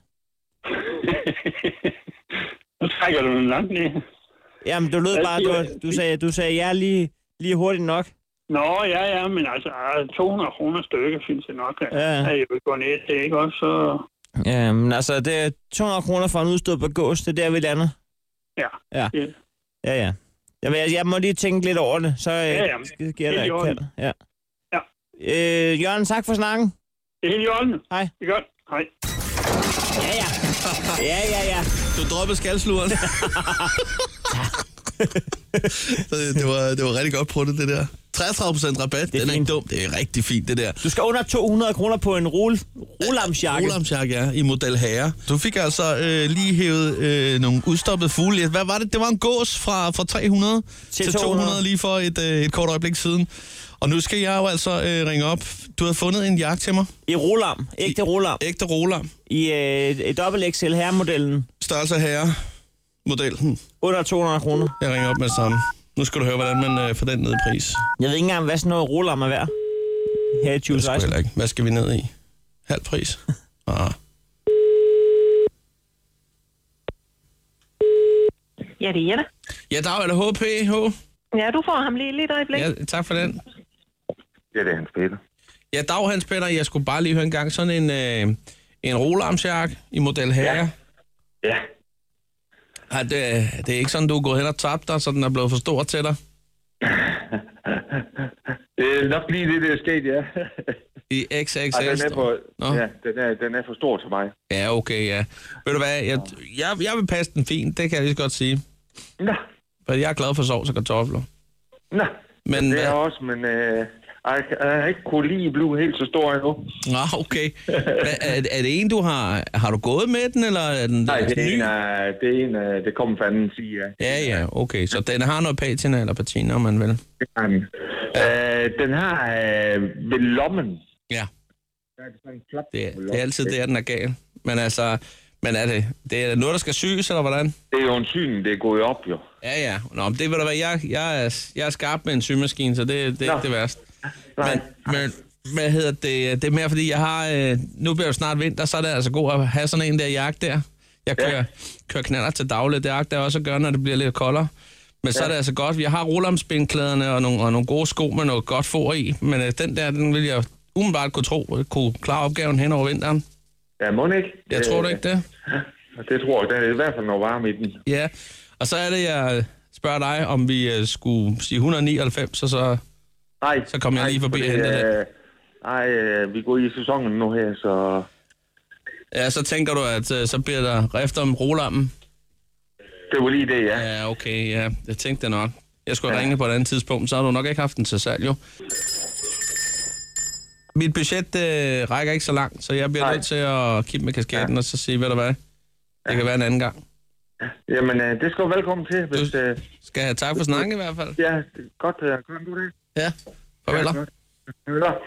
Nu trækker du den langt ned. Jamen, du lød Hvad bare, siger du, du sagde, du sagde ja lige, lige hurtigt nok. Nå, ja, ja, men altså, to hundrede kroner stykker findes det nok. Ja. Ja, jeg vil gå ned, det er ikke også, så... Ja, men altså, det er to hundrede kroner for en udstoppet gås, det er der, vi lander. Ja. Ja. Ja. Ja, ja. Jamen, jeg, jeg må lige tænke lidt over det, så øh, Ja, ja, men skal jeg give dig helt i et orden. kald. Ja. Ja. Øh, Jørgen, tak for snakken. Det er helt i orden. Hej. Det er godt. Hej. Ja, ja. Ja, ja, ja. Du droppede skalslugeren. det, det, var, det var rigtig godt prøvet, det der. treogtredive procent rabat, Det er den er fint. ikke dum. Det er rigtig fint, det der. Du skal under to hundrede kroner på en rol, rolamsjakke. Rolamsjakke, ja, i model herre. Du fik altså øh, lige hævet øh, nogle udstoppede fugle. Hvad var det? Det var en gås fra, fra tre hundrede til, til to hundrede lige for et, øh, et kort øjeblik siden. Og nu skal jeg jo altså øh, ringe op. Du har fundet en jakke til mig. I rolam. Ægte rolam. Ægte rolam. I øh, dobbelt X L herremodellen. Størrelse herre. Model. Hm. Under to hundrede kroner. Jeg ringer op med det samme. Nu skal du høre, hvordan man øh, får den ned i pris. Jeg ved ikke engang, hvad sådan noget rolam er værd. Her i tyve Det er sgu seksten. heller ikke. Hvad skal vi ned i? Halv pris. Ah. Ja, det er Jette. Ja, der er det H P H. Ja, du får ham lige lidt øjeblik. Ja, tak for den. Ja, det er Hans Peter. Ja, dag Hans Peter. Jeg skulle bare lige høre en gang sådan en, øh, en rolamsjakke i model herre. Ja. Ja. Ja, det, det er ikke sådan, du er gået hen og tabt dig, så den er blevet for stor til dig? Det er nok lige det, der er sket, ja. I X X L? Ej, den er for, Nå. ja, den er, den er for stor til mig. Ja, okay, ja. Ved du hvad, jeg, jeg, jeg vil passe den fint, det kan jeg lige så godt sige. Nå. For jeg er glad for sovs og kartofler. Nå. Men det er hvad? også, men... Øh, Jeg, jeg har ikke kunne lide blive helt så stor endnu. Nå, okay. Hva, er, er det en, du har... Har du gået med den, eller er den Nej, det er ny? en af... Det, er en af, det kommer fanden sige, ja. Ja, ja, okay. Så den har noget patina eller patina, om man vil. Det har den. Øh, den har øh, ved lommen. Ja. Der er sådan en flap Det er, på det er lommen. altid der, den er gal. Men altså... Men er det, det er noget, der skal syes, eller hvordan? Det er jo en syn, det er gået op, jo. Ja, ja. Nå, men det vil da være, jeg, jeg, er, jeg er skarp med en symaskine, så det, det er Nå. ikke det værste. Nej. Men, men hvad hedder det? Det er mere, fordi jeg har... Øh, nu bliver det snart vinter, så er det altså godt at have sådan en der jakke der. Jeg kører, ja. kører knaller til dagligt. Det er der også at gøre, når det bliver lidt koldere. Men ja. så er det altså godt. Jeg har rollermspændklæderne og nogle, og nogle gode sko med noget godt for i. Men øh, den der, den vil jeg umiddelbart kunne tro, kunne klare opgaven hen over vinteren. Ja, må ikke? Jeg tror du ikke det? Det tror jeg. Der er i hvert fald noget varme i den. Ja, og så er det, jeg spørger dig, om vi uh, skulle sige et hundrede nioghalvfems, og så, Nej, så kommer jeg lige forbi og henter det. Øh, nej, øh, vi går i sæsonen nu her, så... Ja, så tænker du, at uh, så bliver der rift om rolammen? Det var lige det, ja. Ja, okay, ja. Jeg tænkte det nok. Jeg skulle Ja. ringe på et andet tidspunkt, så har du nok ikke haft den til salg, jo. Mit budget øh, rækker ikke så langt, så jeg bliver Nej. nødt til at kigge med kasketten ja. og så sige, ved du hvad, det ja. kan være en anden gang. Jamen, øh, det skal du velkommen til, hvis... Du Øh, skal have tak for snakken i hvert fald. ja, det er godt. Øh, kan du det? Ja, farvel. Ja, godt. Farvel.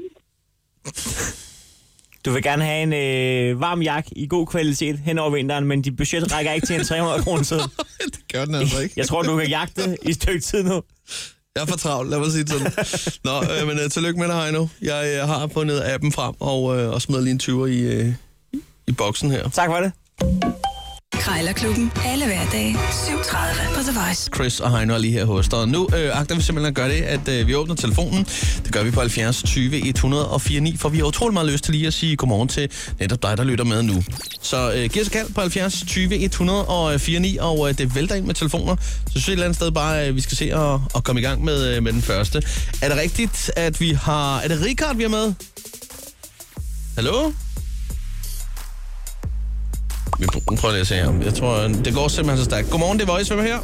Du vil gerne have en øh, varm jakke i god kvalitet hen over vinteren, men dit budget rækker ikke til en tre hundrede kroner siden. Det gør den altså ikke. Jeg tror, du kan jagte det i et stykke tid nu. Jeg er for travlt, lad mig sige det sådan. Nå, øh, men øh, tillykke med dig, Heino. Jeg øh, har fundet appen frem og, øh, og smider lige en tyver i, øh, i boksen her. Tak for det. Krejlerklubben. Alle hverdage. syv tredive på The Voice. Chris og Heino er lige her hos dig. Nu øh, agter vi simpelthen at gøre det, at øh, vi åbner telefonen. Det gør vi på halvfjerds tyve et hundrede og fire ni, for vi har utrolig meget lyst til lige at sige godmorgen til netop dig, der lytter med nu. Så øh, giv os kald på halvfjerds tyve et hundrede og fire ni, og øh, det vælter ind med telefoner. Så synes jeg et eller andet sted bare, øh, vi skal se at, at komme i gang med, øh, med den første. Er det rigtigt, at vi har... Er det Richard, vi har med? Hallo? Vi prøver lige at se her. Jeg tror, det går simpelthen så stærkt. Godmorgen, det er Voice. Hvem er her?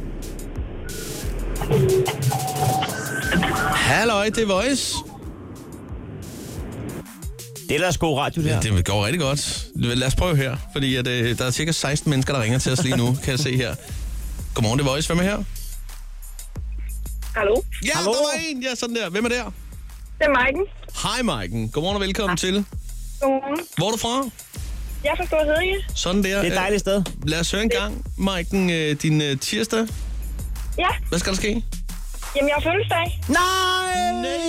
Halløj, det er Voice. Det er da god radio, det her. Ja, det går rigtig godt. Lad os prøve her, fordi at, øh, der er cirka seksten mennesker, der ringer til os lige nu, kan jeg se her. Godmorgen, det er Voice. Hvem er her? Hallo? Ja, Hallo? der var en. Ja, sådan der. Hvem er der? Det er Maiken. Hej, Maiken. Godmorgen og velkommen til. Godmorgen. Hvor er du fra? Jeg forstår Hedinge. Sådan der. Det er et dejligt sted. Lad os høre en gang, Maiken, øh, din øh, tirsdag. Ja, Hvad skal der ske? jamen jeg har fødselsdag. Nej!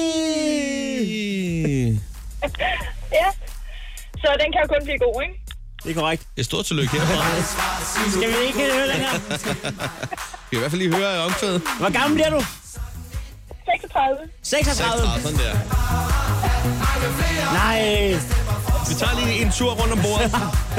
Nej! Ja, så den kan jo kun blive god, ikke? Det er korrekt. Et stort tillykke herfra. Skal vi ikke høre længere? Vi kan i hvert fald lige høre i omkvædet. Hvor gammel bliver du? seksogtredive. seksogtredive. seksogtredive, sådan der. Nej. Vi tager lige en tur rundt om bordet.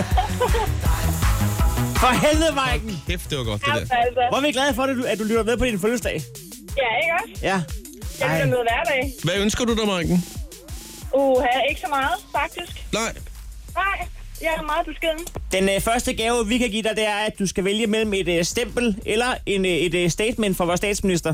For helvede, Maiken. Kæft, det var godt, det Ja, der. altså. Hvor er vi glade for, at du, at du lytter med på din fødselsdag. Ja, ikke også? Ja. Jeg Ej. lytter med hver dag. Hvad ønsker du dig, Maiken? Uh, ikke så meget, faktisk. Nej. Nej, jeg er meget beskeden. Den øh, første gave, vi kan give dig, det er, at du skal vælge mellem et øh, stempel eller en, øh, et øh, statement fra vores statsminister.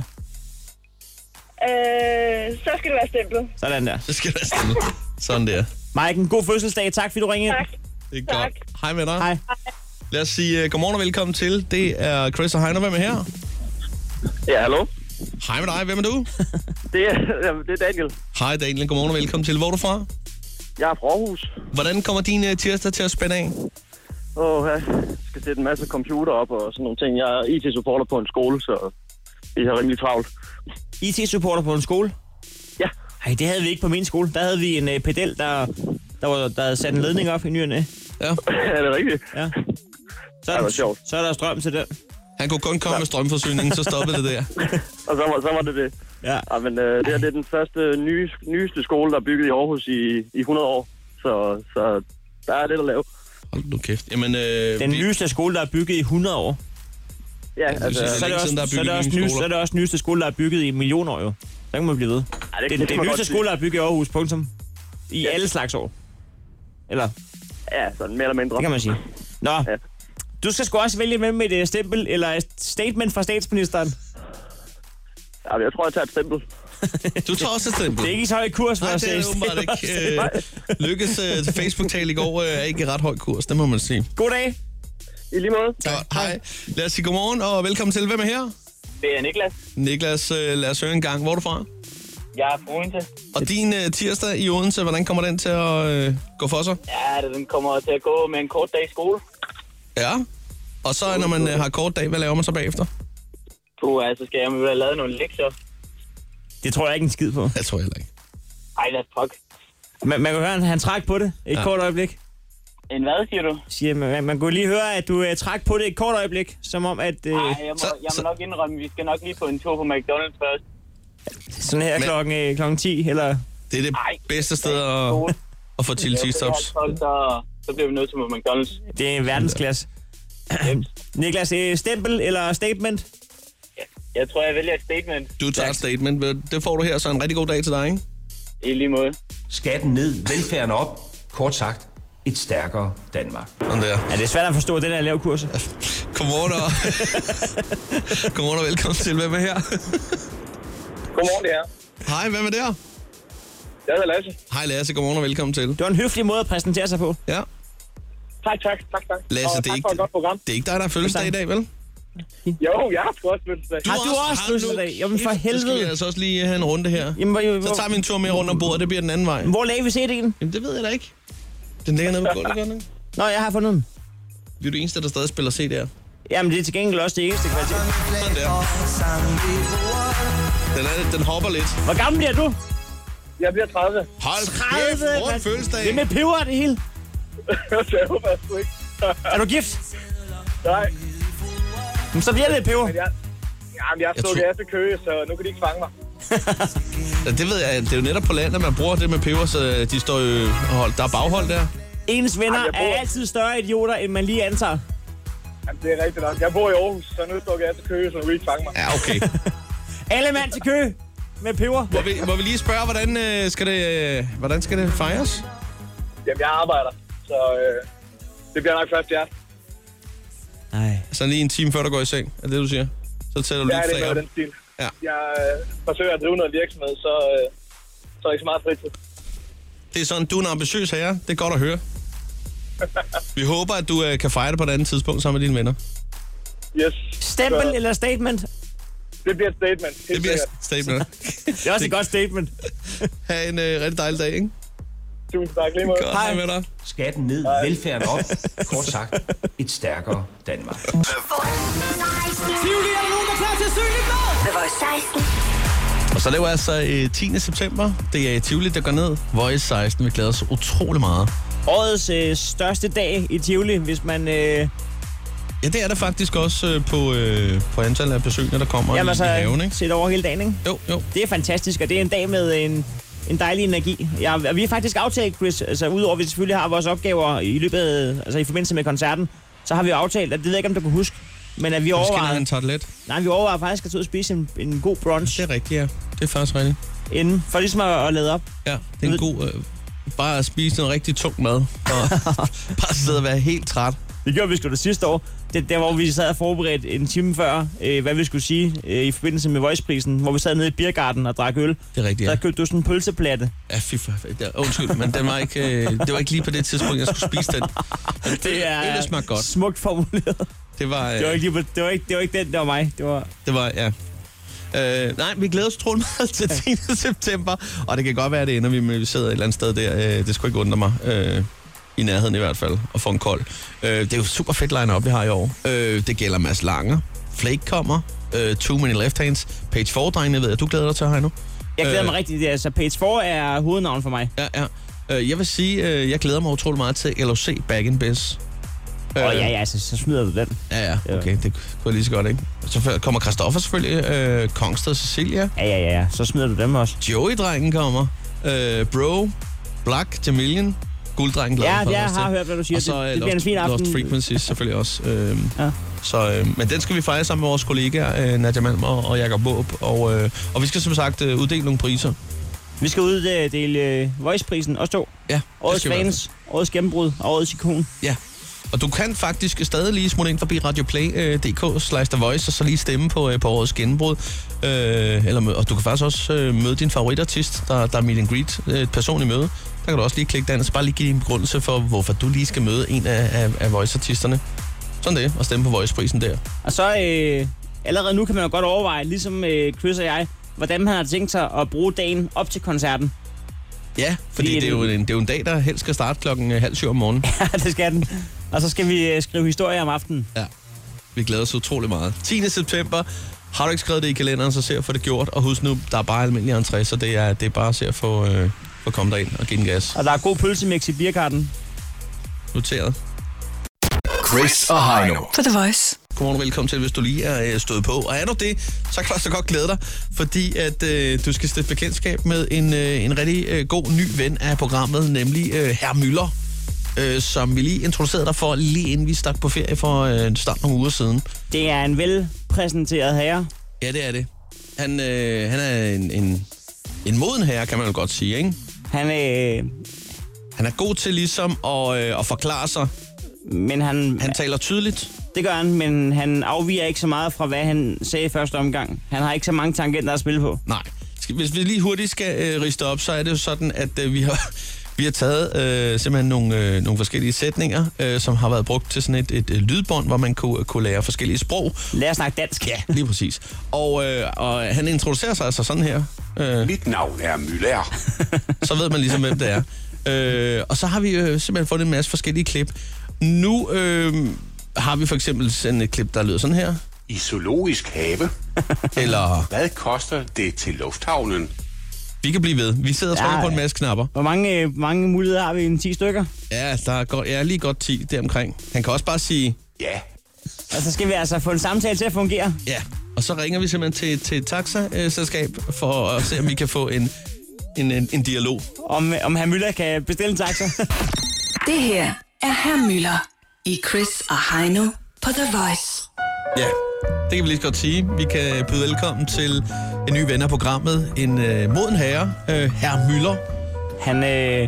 Øh, så skal det være stemplet. Sådan der. Det skal være stille. Sådan der. Maiken, god fødselsdag. Tak, fordi du ringede. Tak. Det er Tak. godt. Hej med dig. Hej. Lad os sige uh, godmorgen og velkommen til. Det er Chris og Heino. Hvem er her? Ja, hallo? Hej med dig. Hvem er du? Det er, det er Daniel. Hej Daniel. Godmorgen og velkommen til. Hvor er du fra? Jeg er fra Aarhus. Hvordan kommer din uh, tirsdag til at spænde af? Og jeg skal sætte en masse computer op og sådan nogle ting. Jeg er I T-supporter på en skole, så vi har rimelig travlt. I T-supporter på en skole? Ja. Ej, det havde vi ikke på min skole. Der havde vi en øh, pedel, der, der, var, der havde sat en ledning op i ny og næ. Ja. Er det rigtigt? Ja. Så er, Det var der, sjovt. så er der strøm til den. Han kunne kun komme med strømforsyningen, så stoppede det der. Og så var, så var det det. Ja. Ja, men øh, det her det er den første nye, nyeste skole, der er bygget i Aarhus i, i hundrede år. Så, så der er lidt at lave. Hold nu kæft. Jamen, øh, Den vi- nyeste skole, der er bygget i hundrede år. Ja, synes, altså... det er Så er det længe også, siden, der er så er det bygget også, nye ny, skoler. så er det også nyeste skole, der er bygget i millioner år, jo. Så kan man blive ved. Ej, Det, det, kan det man nyeste godt skole, der er bygget i Aarhus, punktum. I Ja. alle slags år. Eller, sige. Ja, sådan mere eller mindre. det kan man sige. Nå, Ja. du skal sgu også vælge mellem et øh, stempel eller et statement fra statsministeren. Ja, jeg tror, jeg tager et stempel. Du tager også et stempel. Det er ikke så høj kurs, for Nej, at det er sige. åbenbart ikke. Øh, Lykkes øh, til Facebook-tale i går øh, er ikke ret høj kurs, det må man sige. God dag. I lige måde. Godt, hej. Lad os sige godmorgen og velkommen til. Hvem er her? Det er Niklas. Niklas, øh, lad os høre en gang. Hvor er du fra? Jeg er fra Odense. Og din øh, tirsdag i Odense, hvordan kommer den til at øh, gå for sig? Ja, den kommer til at gå med en kort dag i skole. Ja. Og så når man øh, har kort dag, hvad laver man så bagefter? Puh, altså skal jeg jo have lavet nogle lektier. Det tror jeg ikke en skid på. Jeg tror heller ikke. Ej, lad os fuck. Man, man kan høre, at han træk på det et Ja. kort øjeblik. En hvad, siger du? Siger, man, man kunne lige høre, at du uh, træk på det et kort øjeblik, som om at... Uh, Nej, jeg må, så- jeg må så- nok indrømme, vi skal nok lige på en tur på McDonald's først. sådan her Men- klokken, uh, klokken ti, eller... Det er det Ej. bedste sted at, at få til cheese-tops. Så, så bliver vi nødt til på McDonald's. Det er en verdensklasse. Niklas, uh, stempel eller statement? Jeg tror, jeg vælger et statement. Du tager et statement. Det får du her, så en rigtig god dag til dig, ikke? I lige måde. Skatten ned, velfærden op. Kort sagt, et stærkere Danmark. Sådan der. Ja, det er svært at forstå, den her lav kurs. Godmorgen og... Godmorgen og velkommen til. Hvem er her? Godmorgen, det her. Hej, hvem er der? Jeg hedder Lasse. Hej Lasse, godmorgen og velkommen til. Det var en høflig måde at præsentere sig på. Ja. Tak, tak, tak, tak. Lasse, og det er tak ikke- for et godt program. Det er ikke dig, der har fødselsdag i dag, vel? Jo, jeg har sgu også fødselsdag. Har du også fødselsdag? Jamen for Så skal vi helvede. altså også lige have en runde her. Jamen, hvor, Så tager vi en tur mere rundt om bordet, det bliver den anden vej. hvor lagde vi C D'en? Jamen, det ved jeg da ikke. Den ligger nede på gulvet, gør den ikke? Nå, jeg har fundet den. Vi er det eneste, der stadig spiller C D'er. Jamen, det er til gengæld også det eneste kvalitet. Sådan der. Den, er, den hopper lidt. Hvor gammel bliver du? Jeg bliver tredive. Hold tredive, kæft, hvor er mand. fødselsdag. Det er med peber det hele. Så jeg håber jeg sgu ikke. Er du gift? Nej, Men så bliver det lidt peber. men jeg, jamen, jeg har Jeg stukket tror- af til Køge, så nu kan de ikke fange mig. Ja, det ved jeg, det er jo netop på landet, man bruger det med peber, så de står jo hold. Der er baghold der. Ens venner Jamen, jeg bor- er altid større idioter, end man lige antager. Jamen, det er rigtigt nok. Jeg bor i Aarhus, så nu stukket jeg af til Køge, så nu kan de ikke fange mig. Ja, okay. Alle mand til kø med peber. Må vi, må vi lige spørge, hvordan, øh, skal det, øh, hvordan skal det fejres? Jamen, jeg arbejder, så øh, det bliver nok først i aften. Nej. Så lige en time før du går i seng, er det det, du siger? Så tæller du Ja, lige det er flag noget op. af den stil. Ja. Jeg øh, forsøger at drive noget virksomhed, så, øh, så er der ikke så meget fritid. Det er sådan, du er en ambitiøs herre. Det er godt at høre. Vi håber, at du øh, kan fejre det på et andet tidspunkt sammen med dine venner. Yes. Stempel Så eller statement? det bliver et statement. Helt Det bliver sikkert. statement. Det er også et godt statement. Ha' en øh, rigtig dejlig dag, ikke? Tusind tak lige måde. Godt, hej med dig. Skatten ned, velfærden op. Kort sagt, et stærkere Danmark. The Voice seksten. Og så er det jo altså øh, tiende september. Det er i Tivoli, der går ned. Voice seksten, vi glæder os utrolig meget. Årets øh, største dag i Tivoli, hvis man... Øh, Ja, det er det faktisk også øh, på, øh, på antallet af besøgende, der kommer jamen, i, altså, i haven, ikke? set over hele dagen, ikke? Jo, jo. Det er fantastisk, og det er en dag med en, en dejlig energi. Ja, og vi har faktisk aftalt, Chris, altså udover at vi selvfølgelig har vores opgaver i løbet af, altså i forbindelse med koncerten, så har vi jo aftalt, at det ved jeg ikke, om du kan huske, men at vi Du skal overvejer... have en tartelet. Nej, vi overvejer faktisk at tage ud og spise en, en god brunch Det er rigtigt, ja. Det er faktisk rigtigt. inden, for ligesom at, at lade op. Ja, det er en god... Øh, bare at spise noget rigtig tung mad. Og bare sidde og være helt træt. Det gjorde vi sgu det sidste år. Det der, hvor vi sad og forberedte en time før, øh, hvad vi skulle sige øh, i forbindelse med Voice-prisen, hvor vi sad nede i Biergarten og drak øl. Det er rigtigt, Der ja. købte du sådan en pølseplatte. Ja, fy for... Ja, undskyld, men den var ikke, øh, det var ikke lige på det tidspunkt, jeg skulle spise den. Men Det er det smagte godt. smukt formuleret. Det var... Øh, Det var ikke, lige på, det var ikke, det var ikke den, det var mig. Det var... Det var, ja. Øh, nej, vi glæder os utrolig meget til tiende september, og det kan godt være, at det ender vi med, at vi sidder et eller andet sted der. Øh, det skulle ikke undre mig. Øh, I nærheden i hvert fald, og få en kold. Øh, det er jo super fedt line-up, vi har i år. Øh, det gælder Mads Langer. Flake kommer. Øh, Too Many Left Hands. Page four-drengene ved jeg, du glæder dig til her nu. Jeg glæder Øh, mig rigtig. Altså, Page four er hovednavn for mig. Ja, ja. Øh, jeg vil sige, øh, jeg glæder mig utrolig meget til L O C Back in Biz. Åh, oh, ja, ja, så, så smider du den. Ja, ja, okay, det kunne jeg lige så godt, ikke? Så kommer Christoffer selvfølgelig, øh, Kongsted, Cecilia. Ja, ja, ja, så smider du dem også. Joey-drengen kommer, øh, Bro, Black, Jamilian, Gulddrengen glæder Ja, mig jeg faktisk har til. hørt, hvad du siger. Og så Det, øh, det bliver en Lost, fin aften. Lost Frequencies selvfølgelig også. Øh, Ja. så, øh, men den skal vi fejre sammen med vores kollegaer, øh, Nadia Malm og, og Jakob Måb. Og, øh, og vi skal som sagt øh, uddele nogle priser. Vi skal uddele uh, Voice-prisen, også to. Ja, det Årets skal vi i hvert fans, årets gennembrud og årets ikon. Ja. Og du kan faktisk stadig lige smutte ind forbi radioplay punktum d k slash the voice, og så lige stemme på, på årets gennembrud. Øh, eller, og du kan faktisk også øh, møde din favoritartist, der, der er meet and greet, et personligt møde. Der kan du også lige klikke den, og så bare lige give en begrundelse for, hvorfor du lige skal møde en af, af, af Voice-artisterne. Sådan det, og stemme på Voice-prisen der. Og så øh, allerede nu kan man jo godt overveje, ligesom øh, Chris og jeg, hvordan han har tænkt sig at bruge dagen op til koncerten. Ja, fordi, fordi det, er jo en, det er jo en dag, der helst skal starte klokken halv syv om morgenen. Ja, det skal den. Og så skal vi øh, skrive historier om aftenen. Ja, vi glæder os utrolig meget. tiende september. Har du ikke skrevet det i kalenderen, så se at få det gjort. Og husk nu, der er bare almindelig entré, så det er, det er bare at se at få, øh, få komme derind og give den gas. Og der er god pølsemix i bierkarten. Noteret. Chris og Heino På The Voice. Godmorgen og velkommen til, hvis du lige er øh, stået på. Og er du det, så kan du også godt glæde dig, fordi at øh, du skal stifte bekendtskab med en, øh, en rigtig øh, god ny ven af programmet, nemlig øh, Herr Müller, øh, som vi lige introducerede dig for, lige inden vi stak på ferie for øh, start nogle uger siden. Det er en velpræsenteret herre. Ja, det er det. Han, øh, han er en, en, en moden herre, kan man jo godt sige, ikke? Han, øh... han er god til ligesom at, øh, at forklare sig. Men han... Han taler tydeligt. Det gør han, men han afviger ikke så meget fra, hvad han sagde i første omgang. Han har ikke så mange tangenter at spille på. Nej. Hvis vi lige hurtigt skal øh, riste op, så er det jo sådan, at øh, vi har... Vi har taget øh, simpelthen nogle, øh, nogle forskellige sætninger, øh, som har været brugt til sådan et, et, et lydbånd, hvor man kunne, kunne lære forskellige sprog. Lære at snakke dansk. Ja, lige præcis. Og, øh, og han introducerer sig altså sådan her. Øh, Mit navn er Müller. Så ved man ligesom, hvem det er. Øh, og så har vi øh, simpelthen fået en masse forskellige klip. Nu øh, har vi for eksempel sådan et klip, der lyder sådan her. I zoologisk have. Eller... Hvad koster det til lufthavnen? Vi kan blive ved. Vi sidder og trykker ja, på en masse knapper. Hvor mange, mange muligheder har vi? En ti stykker? Ja, der er, godt, ja, lige godt ti deromkring. Han kan også bare sige... Ja. Og så skal vi altså få en samtale til at fungere. Ja, og så ringer vi simpelthen til, til et taxa-selskab for at se, om vi kan få en, en, en, en dialog. Om, om Herr Müller kan bestille en taxa. Det her er Herr Müller i Chris og Heino på The Voice. Ja, det kan vi lige godt sige. Vi kan byde velkommen til en ny ven af programmet. En øh, moden herre, øh, Herr Müller. Han, øh...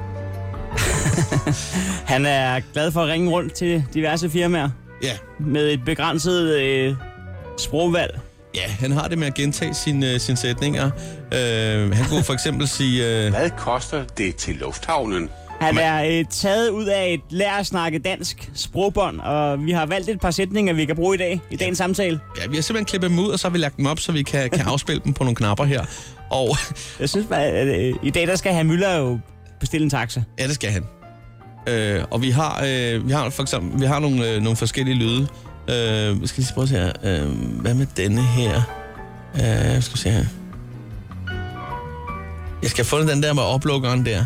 han er glad for at ringe rundt til diverse firmaer. Ja. Med et begrænset øh, sprogvalg. Ja, han har det med at gentage sine, sine sætninger. Øh, han kunne for eksempel sige... Øh... Hvad koster det til lufthavnen? Han er øh, taget ud af et lær at snakke dansk sprogbånd, og vi har valgt et par sætninger, vi kan bruge i dag, i dagens samtale. Ja, vi har simpelthen klippet dem ud, og så har vi lagt dem op, så vi kan, kan afspille dem på nogle knapper her. Og jeg synes bare, at øh, i dag der skal Herr Müller jo bestille en taxa. Ja, det skal han. Øh, og vi har, øh, vi har for eksempel vi har nogle, øh, nogle forskellige lyde. Øh, vi skal lige prøve at se her. Øh, hvad med denne her? Øh, skal vi se her. Jeg skal have fundet den der med oplukkeren der.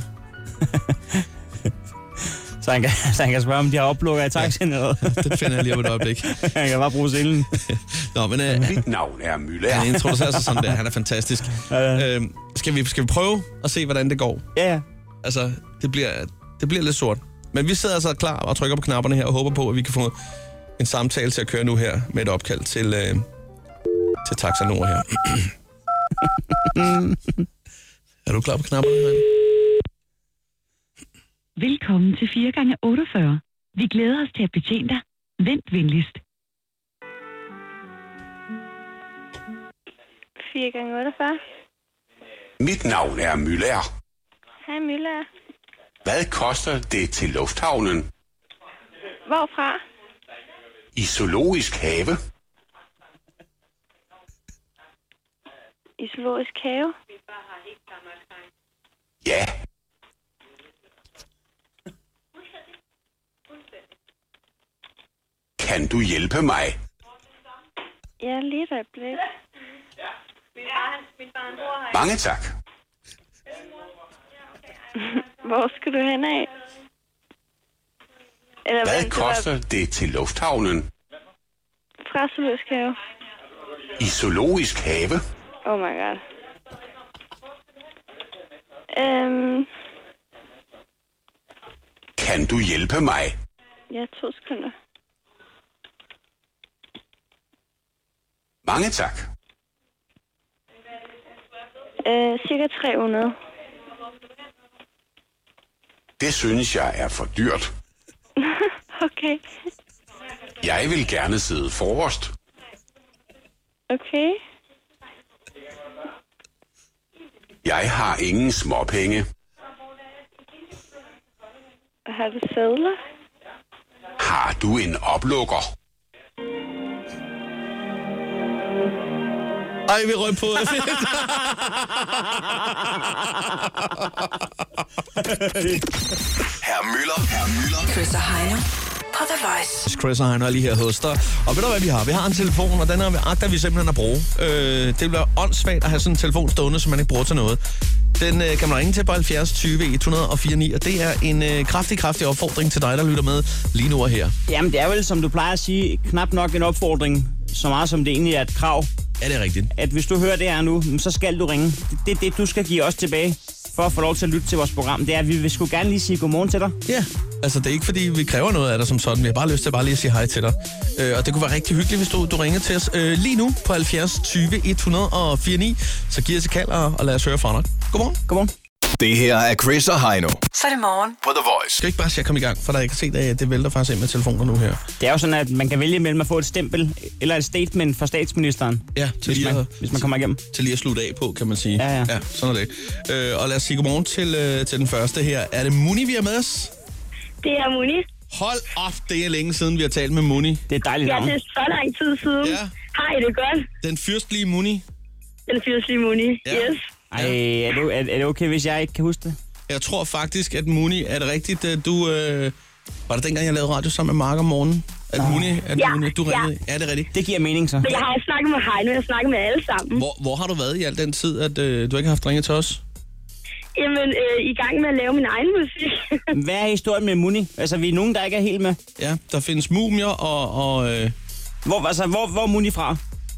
så, han kan, så han kan spørge, om de har oplukker i taxien eller noget. Det finder jeg lige om et øjeblik. Han kan bare bruge selen. Nå, men... Øh, Mit navn er Müller. Han introducerer sig sådan der. Han er fantastisk. Ja, ja. Øh, skal, vi, skal vi prøve at se, hvordan det går? Ja, ja. Altså, det bliver, det bliver lidt sort. Men vi sidder altså klar og trykker på knapperne her og håber på, at vi kan få en samtale til at køre nu her med et opkald til, øh, til Taxa Nord her. Er du klar på knapperne her? Velkommen til fire gange otteogfyrre. Vi glæder os til at betjene dig. Vent venligst. fire gange otteogfyrre. Mit navn er Müller. Hej Müller. Hvad koster det til lufthavnen? Hvorfra? I zoologisk have. I zoologisk have? Ja. Kan du hjælpe mig? Ja, lige et øjeblik. Mange tak. Hvor skal du hen af? Eller hvad koster det, det til lufthavnen? Fra zoologisk have. I zoologisk have? Oh my god. Øhm... Kan du hjælpe mig? Ja, to sekunder. Mange tak. Øh, cirka tre hundrede. Det synes jeg er for dyrt. Okay. Jeg vil gerne sidde forrest. Okay. Jeg har ingen småpenge. Har du sædler? Har du en oplukker? Ej, vi røg på det. Herr Møller, Herr Møller. Chris og Heino på The Voice. Chris og Heino er lige her hos dig. Og ved du hvad vi har? Vi har en telefon, og den er, agter vi simpelthen at bruge. Øh, det bliver åndssvagt at have sådan en telefon stående, som man ikke bruger til noget. Den øh, kan man ringe til på halvfjerds tyve et hundrede og fire ni, og det er en øh, kraftig, kraftig opfordring til dig, der lytter med lige nu og her. Jamen, det er vel, som du plejer at sige, knap nok en opfordring, så meget som det egentlig er et krav. Ja, det er rigtigt. At hvis du hører det her nu, så skal du ringe. Det er det, du skal give os tilbage, for at få lov til at lytte til vores program. Det er, at vi vil sgu gerne lige sige godmorgen til dig. Ja, altså det er ikke fordi, vi kræver noget af dig som sådan. Vi har bare lyst til bare lige at sige hej til dig. Øh, og det kunne være rigtig hyggeligt, hvis du, du ringer til os øh, lige nu på halvfjerds tyve et hundrede og fire ni. Så giv os et kald, og, og lad os høre fra dig. Godmorgen. Godmorgen. Det her er Chris og Heino Så er det morgen. på The Voice. Skal ikke bare se at komme i gang, for der jeg kan se, at det vælter faktisk ind med telefoner nu her. Det er jo sådan, at man kan vælge mellem at få et stempel eller et statement fra statsministeren. Ja, til hvis, lige man, at, hvis man kommer igennem. Til lige at slutte af på, kan man sige. Ja, ja. ja sådan er det. Øh, og lad os sige godmorgen til, øh, til den første her. Er det Muni, vi er med os? Det er Muni. Hold op, det er længe siden, vi har talt med Muni. Det er dejligt Ja, navn. det er så lang tid siden. Ja. Hej, det er godt. Den fyrstlige Muni. Den fyrstlige Muni. Ja. Yes. Ej, er det, er, er det okay, hvis jeg ikke kan huske det? Jeg tror faktisk, at Muni, er det rigtigt, at du... Øh, var det dengang, jeg lavede radio sammen med Mark om morgenen? At Nå. Muni, at Ja, Muni, du ringede? ja. Er det rigtigt? Det giver mening så. Men jeg har ikke snakket med Heino, jeg har snakket med alle sammen. Hvor, hvor har du været i al den tid, at øh, du ikke har haft ringet til os? Jamen, øh, i gang med at lave min egen musik. Hvad er historien med Muni? Altså, vi er nogen, der ikke er helt med. Ja, der findes mumier og... og øh... Hvor, altså, hvor, hvor er Muni fra?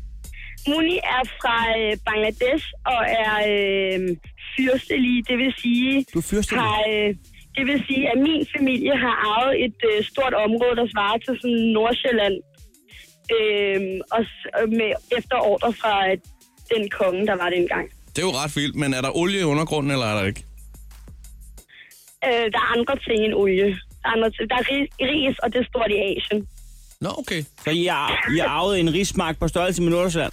Muni er fra øh, Bangladesh og er øh, fyrstelig, det vil sige... Du er fyrstelig? Har, øh, det vil sige, at min familie har arvet et øh, stort område, der svarer til sådan Nordsjælland. Øh, og s- med efter ordre fra øh, den konge, der var dengang. Det er jo ret vildt, men er der olie i undergrunden, eller er der ikke? Øh, der er andre ting end olie. Der er, andre ting. Der er ris, ris, og det er stort i Asien. Nå, okay. Så I har, I har arvet en rismark på størrelse med Nordsjælland?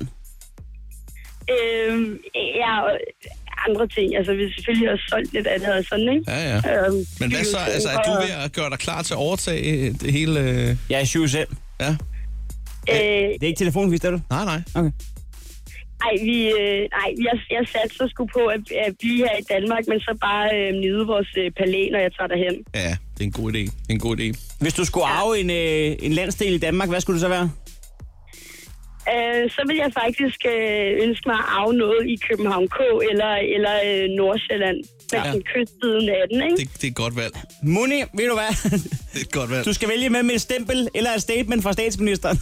Øh, ja, og andre ting. Altså, vi selvfølgelig har solgt lidt af det og sådan, ikke? Ja, ja. Øhm, Men hvad så? Altså, er du ved at gøre dig klar til at overtage det hele? Øh... Jeg er syv selv. Ja. Øh, Det er ikke telefonvist, er du? Nej, nej. Okay. Ej, vi, øh, ej, jeg, jeg satte så sgu på at, at blive her i Danmark, men så bare øh, nyde vores øh, palæ, når jeg tager derhen. Ja, det er en god idé. Det er en god idé. Hvis du skulle arve en, øh, en landsdel i Danmark, hvad skulle det så være? Øh, så vil jeg faktisk øh, ønske mig at arve noget i København K eller, eller øh, Nordsjælland. Med Ja. den kystsiden af den, ikke? Det, det er et godt valg. Muni, ved du hvad? Det er et godt valg. Du skal vælge med med et stempel eller et statement fra statsministeren.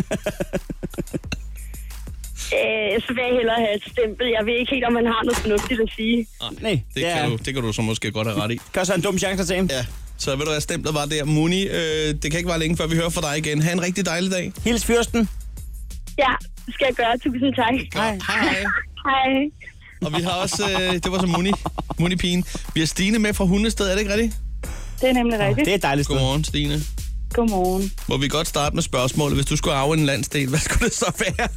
Øh, så vil jeg hellere have et stempel. Jeg ved ikke helt, om man har noget fornuftigt at sige. Nej, Det, det, kan er, du, det kan du så måske godt have ret i. kan også have en dum chance at tage. Ja. Så ved du hvad, stemplet var der. Muni, øh, det kan ikke være længe, før vi hører fra dig igen. Ha' en rigtig dejlig dag. Hils fyrsten. Ja, det skal jeg gøre. Tusind tak. Hej. Hej. Hej. Og vi har også, øh, det var så Muni, Muni-pigen. Vi har Stine med fra Hundested, er det ikke rigtigt? Det er nemlig rigtigt. Det er et dejligt sted. Godmorgen, Stine. Godmorgen. Må vi godt starte med spørgsmålet. Hvis du skulle arve en landsdel, hvad skulle det så være?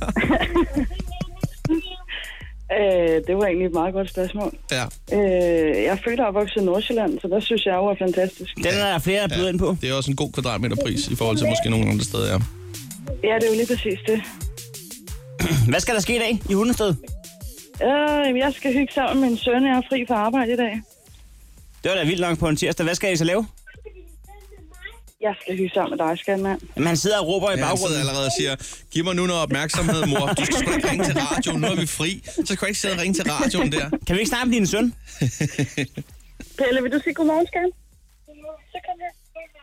Øh, det var egentlig et meget godt spørgsmål. Ja. Øh, jeg er født og opvokset i Nordsjælland, så der synes jeg jo er fantastisk. Den er der flere, der byder ind på. Det er også en god kvadratmeterpris i forhold til måske nogle andre steder, ja. Ja, det er jo lige præcis det. Hvad skal der ske i dag i Hundested? Øh, jeg skal hygge sammen med min søn, jeg er fri fra arbejde i dag. Det var da vildt nok på en tirsdag. Hvad skal I så lave? Jeg skal hygge sammen med dig, skatmand. Jamen, han sidder og råber i Ja, han baggrunden. sidder allerede og siger, giv mig nu noget opmærksomhed, mor. Du skal sgu ikke ringe til radioen, nu er vi fri. Så skal du ikke sidde og ringe til radioen der. Kan vi ikke snakke med din søn? Pelle, vil du sige godmorgen, skat? Så kom her.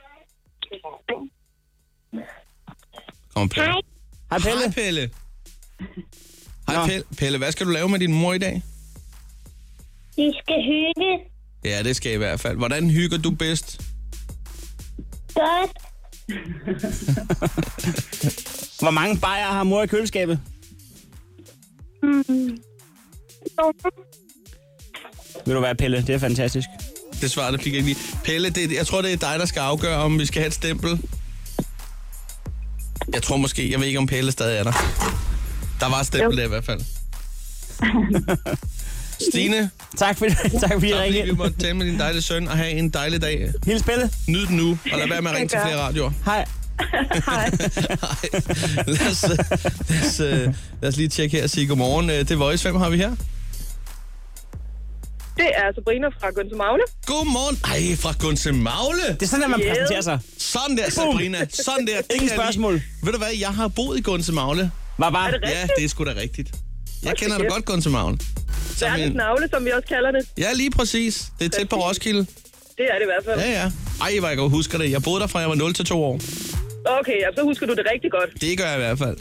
Kom, Pelle. Hej. Hej, Pelle. Hej, Pelle. Hej, Pelle. Pelle, hvad skal du lave med din mor i dag? Vi skal hygge. Ja, det skal jeg i hvert fald. Hvordan hygger du bedst? Godt. Hvor mange bajer har mor i køleskabet? Mm. Vil du være, Pelle? Det er fantastisk. Det svarer, det fik jeg ikke lige. Pelle, det, jeg tror, det er dig, der skal afgøre, om vi skal have et stempel Jeg tror måske, jeg ved ikke, om Pelle stadig er der. Der var et stempel der i hvert fald. Stine. Tak for det. Tak fordi I ringede. Vi måtte tale med din dejlige søn og have en dejlig dag. Hils Pelle. Nyd den nu, og lad være med at ringe til flere radioer. Hej. Hej. lad, os, lad, os, lad os lige tjekke her og sige godmorgen. Det er Voice. Hvem har vi her? Det er Sabrina fra Gunse-Magle. Godmorgen. Ej, fra Gunse-Magle. Det er sådan, at man yeah. præsenterer sig. Sådan der, Sabrina. Sådan der. Ingen spørgsmål. Lige. Ved du hvad, jeg har boet i Gunse-Magle. Var bare? Er det rigtigt? Ja, det er sgu da rigtigt. Jeg okay, kender det godt, Gunse-Magle. Verdens navle, som vi også kalder det. Ja, lige præcis. Det er tæt på Roskilde. Det er det i hvert fald. Ja, ja. Ej, hvor jeg godt husker det. Jeg boede der fra jeg var nul til to år. Okay, ja, så husker du det rigtig godt. Det gør jeg i hvert fald.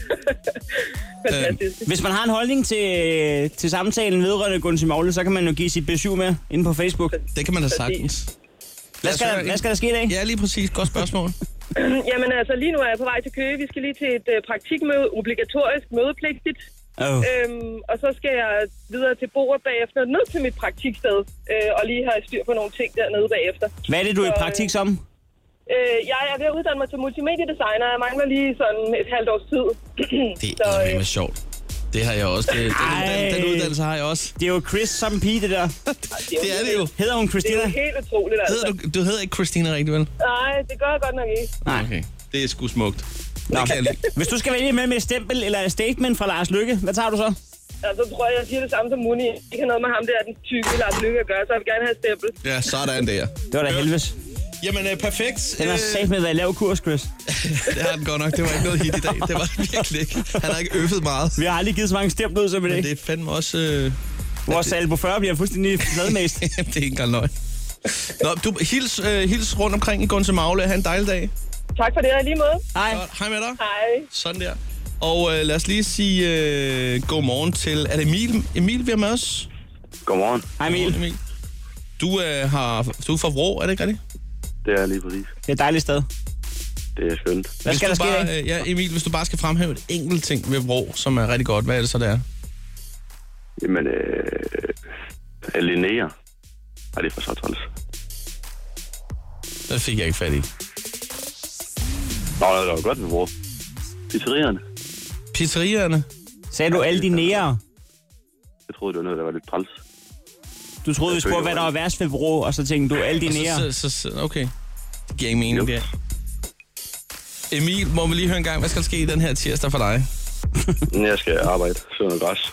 Fantastisk. Hvis man har en holdning til, til samtalen vedrørende Gunse-Magle, så kan man jo give sit besøg med inde på Facebook. Det kan man da sagtens. Hvad skal, der, hvad skal der ske i dag? Ja, lige præcis. Godt spørgsmål. Jamen altså, lige nu er jeg på vej til Køge. Vi skal lige til et uh, praktikmøde, obligatorisk mødepligtigt. Oh. Øhm, og så skal jeg videre til Borup bagefter, ned til mit praktiksted, øh, og lige have styr på nogle ting dernede bagefter. Hvad er det, du er i praktik som? Øh, jeg er ved at uddanne mig til multimediedesigner. Jeg mangler lige sådan et halvt års tid. Det er så, øh... sjovt. Det har jeg også. Det, den, den uddannelse har jeg også. Det er jo Chris som pige, det der. Ej, det, er det er det jo. Hedder hun Christina? Det er jo helt utroligt, altså. Hedder du, du hedder ikke Christina rigtig, vel? Nej, det gør jeg godt nok ikke. Nej. Okay. Det er sgu smukt. Nå. Det kan jeg Hvis du skal vælge med med stempel eller statement fra Lars Løkke, hvad tager du så? Ja, så tror jeg, jeg siger det samme som Muni. Ikke har noget med ham der, den tykke Lars Løkke at gøre, så jeg vil gerne have stempel. Ja, sådan der. Det var da helvedes. Jamen, øh, perfekt. Den har sagt med at være lav kurs, Chris. Det har den godt nok. Det var ikke noget hit i dag. Det var det virkelig ikke. Han har ikke øffet meget. Vi har aldrig givet så mange stempler ud som i dag. Men det er fandme også... Øh... Vores salg på fyrre bliver fuldstændig fladmæst. Det er ikke engang løgn. Nå, du, hils, øh, hils rundt omkring i Gunse-Magle. Ha' en dejlig dag. Tak for det, og lige måde. Hej. Godt. Hej med dig. Hej. Sådan der. Og øh, lad os lige sige øh, godmorgen til... Er det Emil? Emil, vi er med os? Godmorgen. Hej Emil. Emil. Du, øh, har, du er fra Vrå, er det ikke rigtigt? Det er lige præcis. Det er et dejligt sted. Det er skønt. Hvad skal der ske bare, øh, Ja, Emil, hvis du bare skal fremhæve et enkelt ting ved Vrå, som er rigtig godt, hvad er det så, der? Jamen, øh... Linnea. Ej, det er for så træls. Det fik jeg ikke fat i. Nå, det var godt ved Vrå. Pizzerierne. Pizzerierne? Sagde du alle de nære? Jeg troede, det var noget, der var lidt træls. Du troede, vi spurgte, hvad der var værst ved Vrå, og så tænkte du alle de nære. Så, så, så, okay. Det giver ikke mening, det. Emil, må vi lige høre en gang, hvad skal der ske i den her tirsdag for dig? Jeg skal arbejde. Søn og græs.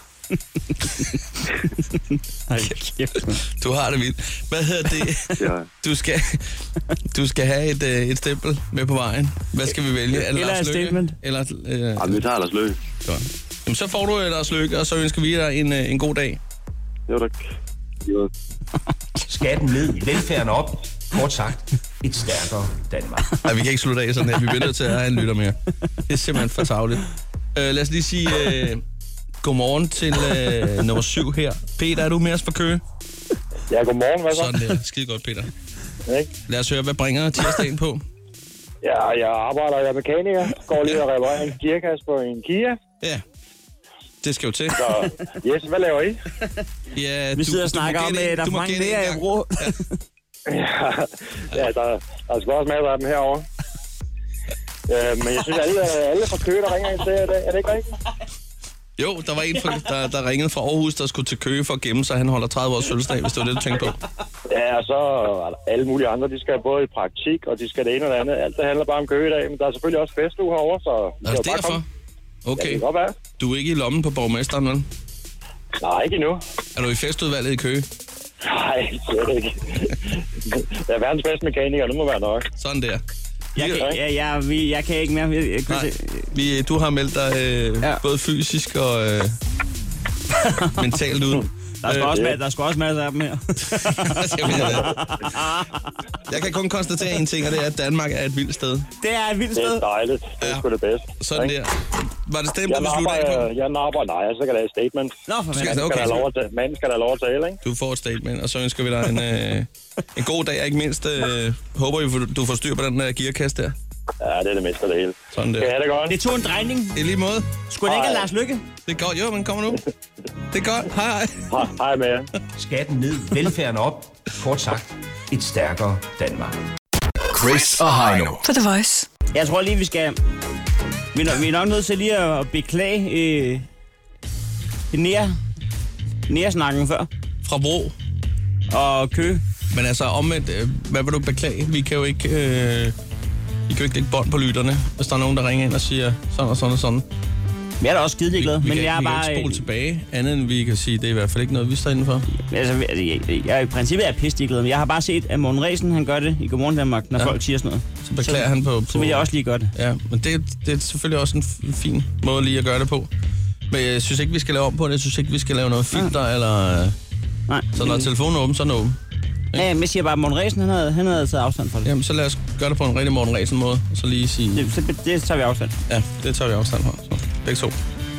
Du har det vildt. Hvad hedder det? Ja. Du skal, du skal have et, et stempel med på vejen. Hvad skal vi vælge? Eller, eller et statement. Eller, øh... Jamen, vi tager Lars Løkke. Jamen, så får du Lars Løkke, og så ønsker vi dig en, en god dag. Jo, tak. Jo. Skatten ned, velfærden op. Kort sagt, et stærkere Danmark. Nej, vi kan ikke slutte af sådan her. Vi bliver nødt til at have en lytter mere. Det er simpelthen for tarveligt. Uh, lad os lige sige uh, godmorgen til uh, nummer syv her. Peter, er du med os fra Køge? Ja, godmorgen. Hvad så? Sådan der. Skide godt, Peter. Okay. Lad os høre, hvad bringer tirsdagen på? Ja, jeg arbejder, jeg er mekaniker. Går lige og reparerer en gearkasse på en Kia. Ja. Det skal jo til. Så, yes, hvad laver I? Ja, vi sidder og snakker om, at der er mange mere i Vrå. Ja, ja der, der er sgu også masser af dem herovre. Øh, men jeg synes, alle, alle fra Køge, der ringer ind til i dag. Er det ikke rigtigt? Jo, der var en, fra, der, der ringede fra Aarhus, der skulle til Køge for at gemme sig. Han holder tredive års fødselsdag, hvis det var det, du tænkte på. Ja, og så alle mulige andre, de skal både i praktik, og de skal det ene og det andet. Alt det handler bare om Køge i dag, men der er selvfølgelig også festuge herovre, så... Er det derfor? Okay. Ja, det kan godt være. Du er ikke i lommen på borgmesteren, vel? Nej, ikke endnu. Er du i festudvalget i Køge? Nej, slet ikke. Jeg er verdens bedste mekaniker, det må være nok. Sådan der. Jeg kan, ja, ja, vi, jeg kan ikke mere. Jeg, jeg Nej, vi, du har meldt dig øh, ja. både fysisk og øh, mentalt ud. Der er, sgu også, øh, der er sgu også masser af dem her. Jeg kan kun konstatere en ting, og det er, at Danmark er et vildt sted. Det er et vildt sted. Det er dejligt. Det er ja. sgu det bedste. Sådan der. Var det stemt, du slutte af på? Jeg napper. Nej, så kan jeg have et statement. Nå, for skal, okay, skal lov at, manden skal da lov at tale, ikke? Du får et statement, og så ønsker vi dig en, øh, en god dag, og ikke mindst øh, håber vi, du får styr på den der gearkasse der. Ja, det er det meste af det hele. Sådan der. Skal jeg have det godt? Det tog en drejning. I lige måde. Skulle det ikke have Lars Løkke? Det er godt, jo, men kommer nu. Det er godt. Hej, hej. Hej, hej med jer. Skatten ned, velfærden op. Kort sagt, et stærkere Danmark. Chris og Heino. For The Voice. Jeg tror lige, vi skal Vi er, vi er nok nødt til lige at beklage øh, nære, nære snakken før. Fra Bro. Og Køge. Men altså omvendt, øh, hvad vil du beklage? Vi kan jo ikke, øh, vi kan jo ikke lægge bånd på lytterne, hvis der er nogen, der ringer ind og siger sådan og sådan og sådan. Jeg er da også skidelig glad, vi, men vi jeg er vi bare... Vi kan ikke spole tilbage, andet end vi kan sige, det er i hvert fald ikke noget, vi står indenfor. Altså, jeg, jeg, jeg i princippet er pisselig glad, men jeg har bare set, at Morten Ræsen, han gør det i Godmorgen Danmark, når ja. folk siger sådan noget. Så beklager så, han på, på... Så vil jeg også lige gøre det. Ja, men det, det er selvfølgelig også en fin måde lige at gøre det på. Men jeg synes ikke, vi skal lave om på det. Jeg synes ikke, vi skal lave noget filter, ja. eller... Nej. Så når telefonen er åben, så er den åben. Ja, men jeg siger bare, at Morten Ræsen, han havde, han havde taget afstand fra det. Jamen, så lad os gøre det på en rigtig Morten Ræsen måde, og så lige sige... Det, så, det tager vi afstand. Ja, det tager vi afstand fra. Så begge to.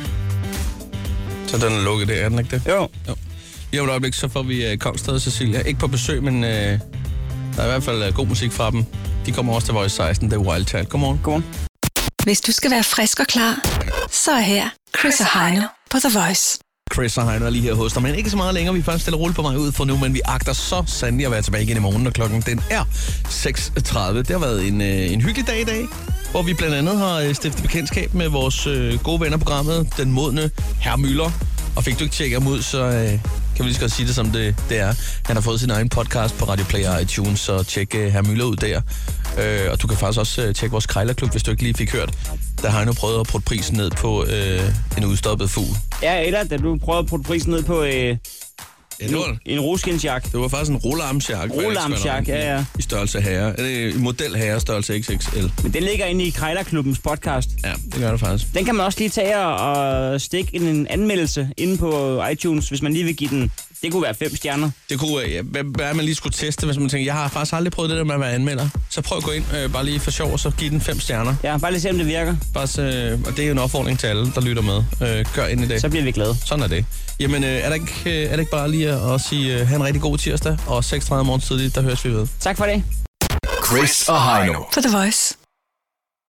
Så den er lukket der, er den ikke det? Jo. jo. Lige om et øjeblik, så får vi uh, Kongsted og Cecilia. Ikke på besøg, men uh, der er i hvert fald uh, god musik fra dem. De kommer også til Voice seksten, det er Wild Child. Godmorgen. Godmorgen. Hvis du skal være frisk og klar, så er her Chris og Heino på The Voice. Chris og Heino er lige her hos dig, men ikke så meget længere. Vi er faktisk stille og roligt på vej ud for nu, men vi agter så sandelig at være tilbage igen i morgen, og klokken den er seks tredive. Det har været en, øh, en hyggelig dag i dag, hvor vi blandt andet har stiftet bekendtskab med vores øh, gode venner på programmet, den modne Herr Müller. Og fik du ikke tjekket ham ud, så øh, kan vi lige så godt sige det, som det, det er. Han har fået sin egen podcast på Radio Play og iTunes, så tjek øh, Herr Müller ud der. Øh, og du kan faktisk også øh, tjekke vores Krejlerklub, hvis du ikke lige fik hørt. Der har jeg nu prøvet at putte prisen ned på øh, en udstoppet fugl. Ja, eller da du prøvede at putte prisen ned på øh, ja, det var, en roskinsjak. Det var faktisk en rollarmsjak. Rollarmsjak, ja, ja. I størrelse herre. Det er model herre, størrelse X X L. Men den ligger inde i Krejlerklubbens podcast. Ja, det gør det faktisk. Den kan man også lige tage og stikke en anmeldelse inde på iTunes, hvis man lige vil give den. Det kunne være fem stjerner. Det kunne, ja, hvad man lige skulle teste, hvis man tænker, jeg har faktisk aldrig prøvet det der med at være anmelder. Så prøv at gå ind, øh, bare lige for sjov, og så give den fem stjerner. Ja, bare lige se, om det virker. Bare, øh, og det er jo en opfordring til alle, der lytter med. Øh, gør ind i det. Så bliver vi glade. Sådan er det. Jamen, øh, er, der ikke, øh, er det ikke bare lige at, at sige, øh, have en rigtig god tirsdag, og seks tredive morgen tidligt, der høres vi ved. Tak for det. Chris og Heino For The Voice.